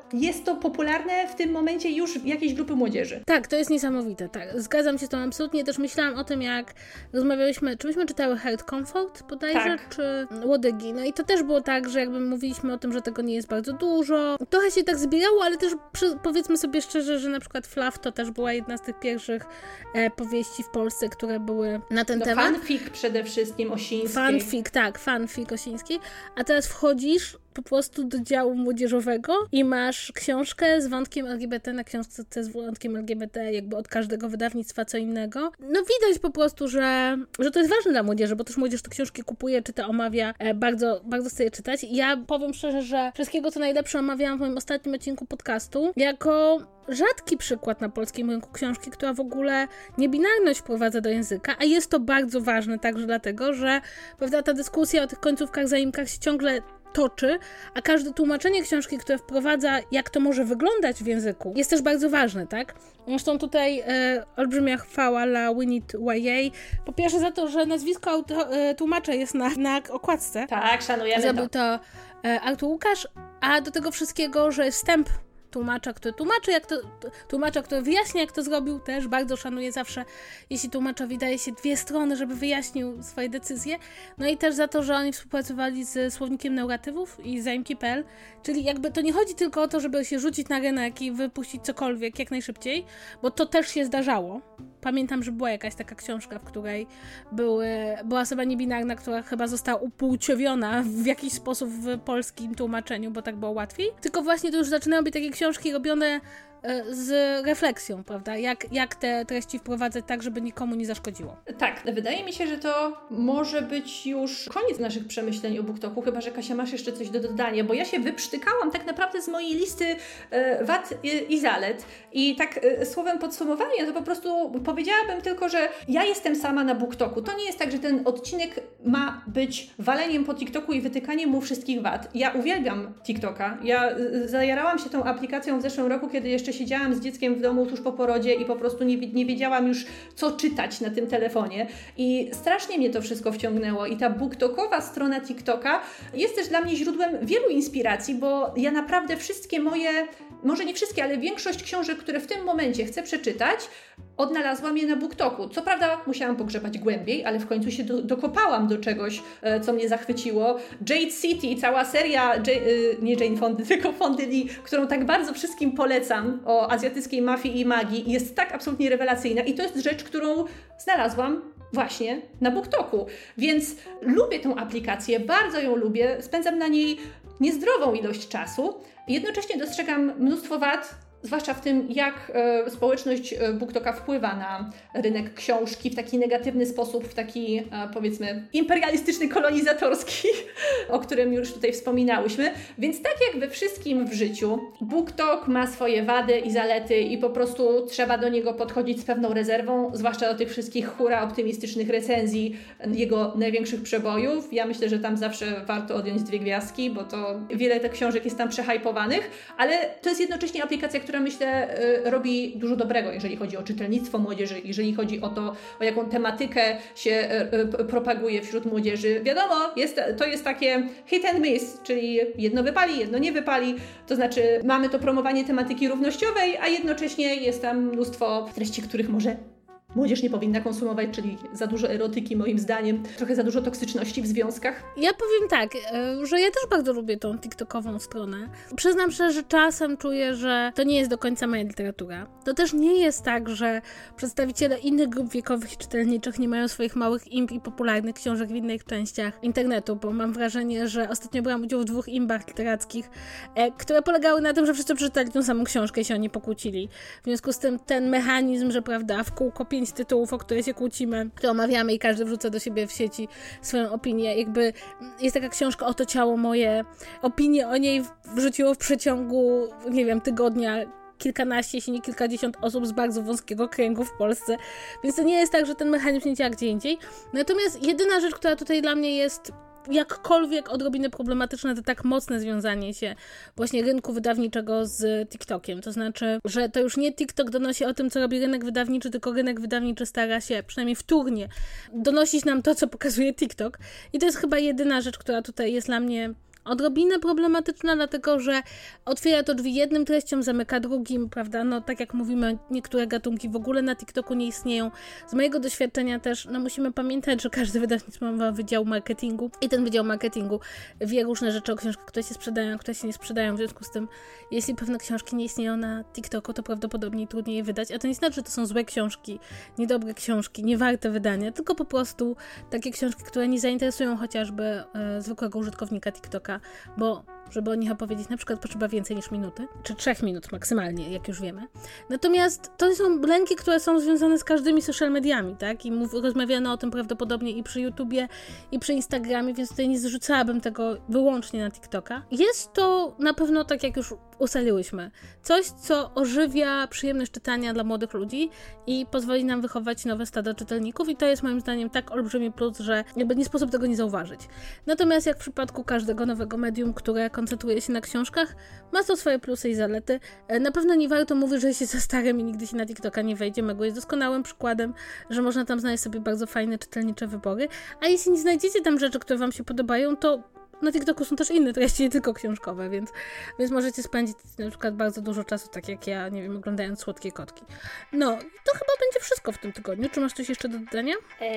jest to popularne w tym momencie już w jakiejś grupy młodzieży. Tak, to jest niesamowite, tak. Zgadzam się z tą absolutnie. Też myślałam o tym, jak rozmawialiśmy, czy myśmy czytały Heart Comfort bodajże, tak. czy Łodygi. No i to też było tak, że jakby mówiliśmy o tym, że tego nie jest bardzo dużo. Trochę się tak zbierało, ale też przy, powiedzmy sobie szczerze, że na przykład Fluff to też była jedna z tych pierwszych e, powieści w Polsce, które były na ten no, temat. Fanfic przede wszystkim Osińskiej. Fanfic, tak, fanfic Osińskiej. A teraz wchodzisz po prostu do działu młodzieżowego i masz książkę z wątkiem L G B T, na książce z wątkiem L G B T jakby od każdego wydawnictwa co innego. No widać po prostu, że, że to jest ważne dla młodzieży, bo też młodzież te książki kupuje, czyta, omawia, e, bardzo, bardzo chce je czytać. I ja powiem szczerze, że wszystkiego co najlepsze omawiałam w moim ostatnim odcinku podcastu jako rzadki przykład na polskim rynku książki, która w ogóle niebinarność wprowadza do języka, a jest to bardzo ważne także dlatego, że prawda, ta dyskusja o tych końcówkach, zaimkach się ciągle toczy, a każde tłumaczenie książki, które wprowadza, jak to może wyglądać w języku, jest też bardzo ważne, tak? Zresztą tutaj e, olbrzymia chwała dla We Need Y A. Po pierwsze za to, że nazwisko auto, e, tłumacza jest na, na okładce. Tak, szanujemy Zrobił to. to e, Artur Łukasz, a do tego wszystkiego, że jest wstęp tłumacza, który tłumaczy, jak to, tłumacza, który wyjaśnia, jak to zrobił, też bardzo szanuję zawsze, jeśli tłumaczowi daje się dwie strony, żeby wyjaśnił swoje decyzje. No i też za to, że oni współpracowali z Słownikiem Neuratywów i zaimki kropka p l, czyli jakby to nie chodzi tylko o to, żeby się rzucić na rynek i wypuścić cokolwiek jak najszybciej, bo to też się zdarzało. Pamiętam, że była jakaś taka książka, w której były, była osoba niebinarna, która chyba została upłciowiona w jakiś sposób w polskim tłumaczeniu, bo tak było łatwiej. Tylko właśnie to już zaczynają być takie książki robione z refleksją, prawda? Jak, jak te treści wprowadzać tak, żeby nikomu nie zaszkodziło. Tak, wydaje mi się, że to może być już koniec naszych przemyśleń o BookToku, chyba że Kasia masz jeszcze coś do dodania, bo ja się wyprztykałam tak naprawdę z mojej listy e, wad i, i zalet i tak e, słowem podsumowania to po prostu powiedziałabym tylko, że ja jestem sama na BookToku. To nie jest tak, że ten odcinek ma być waleniem po TikToku i wytykaniem mu wszystkich wad. Ja uwielbiam TikToka. Ja e, zajarałam się tą aplikacją w zeszłym roku, kiedy jeszcze siedziałam z dzieckiem w domu tuż po porodzie i po prostu nie, nie wiedziałam już, co czytać na tym telefonie. I strasznie mnie to wszystko wciągnęło. I ta booktokowa strona TikToka jest też dla mnie źródłem wielu inspiracji, bo ja naprawdę wszystkie moje, może nie wszystkie, ale większość książek, które w tym momencie chcę przeczytać, odnalazłam je na BookToku. Co prawda musiałam pogrzebać głębiej, ale w końcu się do, dokopałam do czegoś, e, co mnie zachwyciło. Jade City, cała seria, J, e, nie Jane Fondy, tylko Fondy Lee, którą tak bardzo wszystkim polecam, o azjatyckiej mafii i magii, jest tak absolutnie rewelacyjna i to jest rzecz, którą znalazłam właśnie na BookToku. Więc lubię tą aplikację, bardzo ją lubię, spędzam na niej niezdrową ilość czasu. Jednocześnie dostrzegam mnóstwo wad, zwłaszcza w tym, jak e, społeczność e, BookToka wpływa na rynek książki w taki negatywny sposób, w taki e, powiedzmy imperialistyczny, kolonizatorski, o którym już tutaj wspominałyśmy. Więc tak jak we wszystkim w życiu, BookTok ma swoje wady i zalety i po prostu trzeba do niego podchodzić z pewną rezerwą, zwłaszcza do tych wszystkich hura optymistycznych recenzji jego największych przebojów. Ja myślę, że tam zawsze warto odjąć dwie gwiazdki, bo to wiele tych książek jest tam przehypowanych, ale to jest jednocześnie aplikacja, która myślę robi dużo dobrego, jeżeli chodzi o czytelnictwo młodzieży, jeżeli chodzi o to, o jaką tematykę się propaguje wśród młodzieży. Wiadomo, jest, to jest takie hit and miss, czyli jedno wypali, jedno nie wypali, to znaczy mamy to promowanie tematyki równościowej, a jednocześnie jest tam mnóstwo treści, których może młodzież nie powinna konsumować, czyli za dużo erotyki moim zdaniem, trochę za dużo toksyczności w związkach. Ja powiem tak, że ja też bardzo lubię tą TikTokową stronę. Przyznam szczerze, że czasem czuję, że to nie jest do końca moja literatura. To też nie jest tak, że przedstawiciele innych grup wiekowych i czytelniczych nie mają swoich małych imp i popularnych książek w innych częściach internetu, bo mam wrażenie, że ostatnio brałam udział w dwóch imbach literackich, które polegały na tym, że wszyscy przeczytali tą samą książkę i się o nie pokłócili. W związku z tym ten mechanizm, że prawda, w kółko pięć tytułów, o które się kłócimy, które omawiamy i każdy wrzuca do siebie w sieci swoją opinię. Jakby jest taka książka Oto ciało moje. Opinie o niej wrzuciło w przeciągu, nie wiem, tygodnia kilkanaście, jeśli nie kilkadziesiąt osób z bardzo wąskiego kręgu w Polsce. Więc to nie jest tak, że ten mechanizm nie działa gdzie indziej. Natomiast jedyna rzecz, która tutaj dla mnie jest jakkolwiek odrobinę problematyczne, to tak mocne związanie się właśnie rynku wydawniczego z TikTokiem. To znaczy, że to już nie TikTok donosi o tym, co robi rynek wydawniczy, tylko rynek wydawniczy stara się, przynajmniej wtórnie, donosić nam to, co pokazuje TikTok. I to jest chyba jedyna rzecz, która tutaj jest dla mnie odrobinę problematyczna, dlatego że otwiera to drzwi jednym treściom, zamyka drugim, prawda? No tak jak mówimy, niektóre gatunki w ogóle na TikToku nie istnieją. Z mojego doświadczenia też, no musimy pamiętać, że każdy wydawnictwo ma wydział marketingu i ten wydział marketingu wie różne rzeczy o książkach, które się sprzedają, które się nie sprzedają. W związku z tym, jeśli pewne książki nie istnieją na TikToku, to prawdopodobnie trudniej je wydać, a to nie znaczy, że to są złe książki, niedobre książki, niewarte wydania, tylko po prostu takie książki, które nie zainteresują chociażby e, zwykłego użytkownika TikToka, bo żeby o nich opowiedzieć, na przykład potrzeba więcej niż minuty, czy trzech minut maksymalnie, jak już wiemy. Natomiast to są lęki, które są związane z każdymi social mediami, tak? I mów, rozmawiano o tym prawdopodobnie i przy YouTubie, i przy Instagramie, więc tutaj nie zrzucałabym tego wyłącznie na TikToka. Jest to na pewno, tak jak już ustaliłyśmy, coś, co ożywia przyjemność czytania dla młodych ludzi i pozwoli nam wychować nowe stada czytelników i to jest moim zdaniem tak olbrzymi plus, że jakby nie sposób tego nie zauważyć. Natomiast jak w przypadku każdego nowego medium, które koncentruje się na książkach, ma to swoje plusy i zalety. Na pewno nie warto mówić, że się za starym i nigdy się na TikToka nie wejdzie. Mego jest doskonałym przykładem, że można tam znaleźć sobie bardzo fajne czytelnicze wybory, a jeśli nie znajdziecie tam rzeczy, które wam się podobają, to na TikToku są też inne treści, nie tylko książkowe, więc, więc możecie spędzić na przykład bardzo dużo czasu, tak jak ja, nie wiem, oglądając Słodkie Kotki. No, to chyba będzie wszystko w tym tygodniu. Czy masz coś jeszcze do dodania?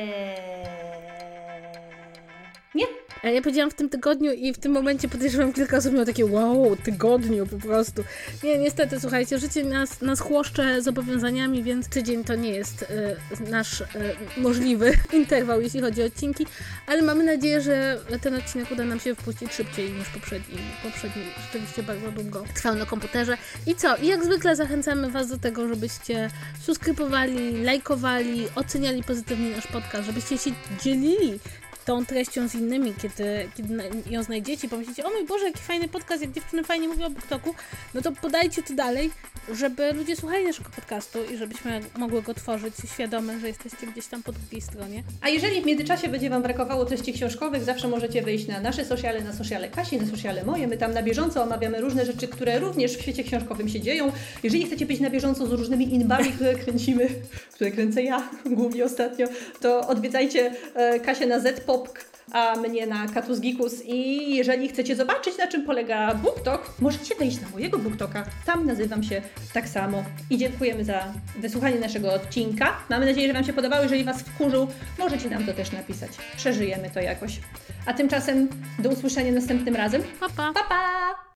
Eee... Nie. A ja powiedziałam w tym tygodniu i w tym momencie podejrzewam, kilka osób miało takie wow, tygodniu po prostu. Nie, niestety, słuchajcie, życie nas, nas chłoszcze zobowiązaniami, więc tydzień to nie jest y, nasz y, możliwy interwał, jeśli chodzi o odcinki, ale mamy nadzieję, że ten odcinek uda nam się wpuścić szybciej niż poprzedni. Poprzedni rzeczywiście bardzo długo trwał na komputerze. I co? I jak zwykle zachęcamy Was do tego, żebyście subskrybowali, lajkowali, oceniali pozytywnie nasz podcast, żebyście się dzielili tą treścią z innymi, kiedy, kiedy ją znajdziecie, pomyślicie, o mój Boże, jaki fajny podcast, jak dziewczyny fajnie mówią o BookToku, no to podajcie to dalej, żeby ludzie słuchali naszego podcastu i żebyśmy mogły go tworzyć świadome, że jesteście gdzieś tam po drugiej stronie. A jeżeli w międzyczasie będzie Wam brakowało treści książkowych, zawsze możecie wejść na nasze sociale, na sociale Kasi, na sociale moje. My tam na bieżąco omawiamy różne rzeczy, które również w świecie książkowym się dzieją. Jeżeli chcecie być na bieżąco z różnymi inbami, które kręcimy, które kręcę ja głównie ostatnio, to odwiedzajcie Kasię na Z-Pop, a mnie na Katus Gikus i jeżeli chcecie zobaczyć, na czym polega BookTok, możecie wejść na mojego BookToka. Tam nazywam się tak samo. I dziękujemy za wysłuchanie naszego odcinka. Mamy nadzieję, że Wam się podobało. Jeżeli Was wkurzył, możecie nam to też napisać. Przeżyjemy to jakoś. A tymczasem do usłyszenia następnym razem. Pa, pa. Pa, pa.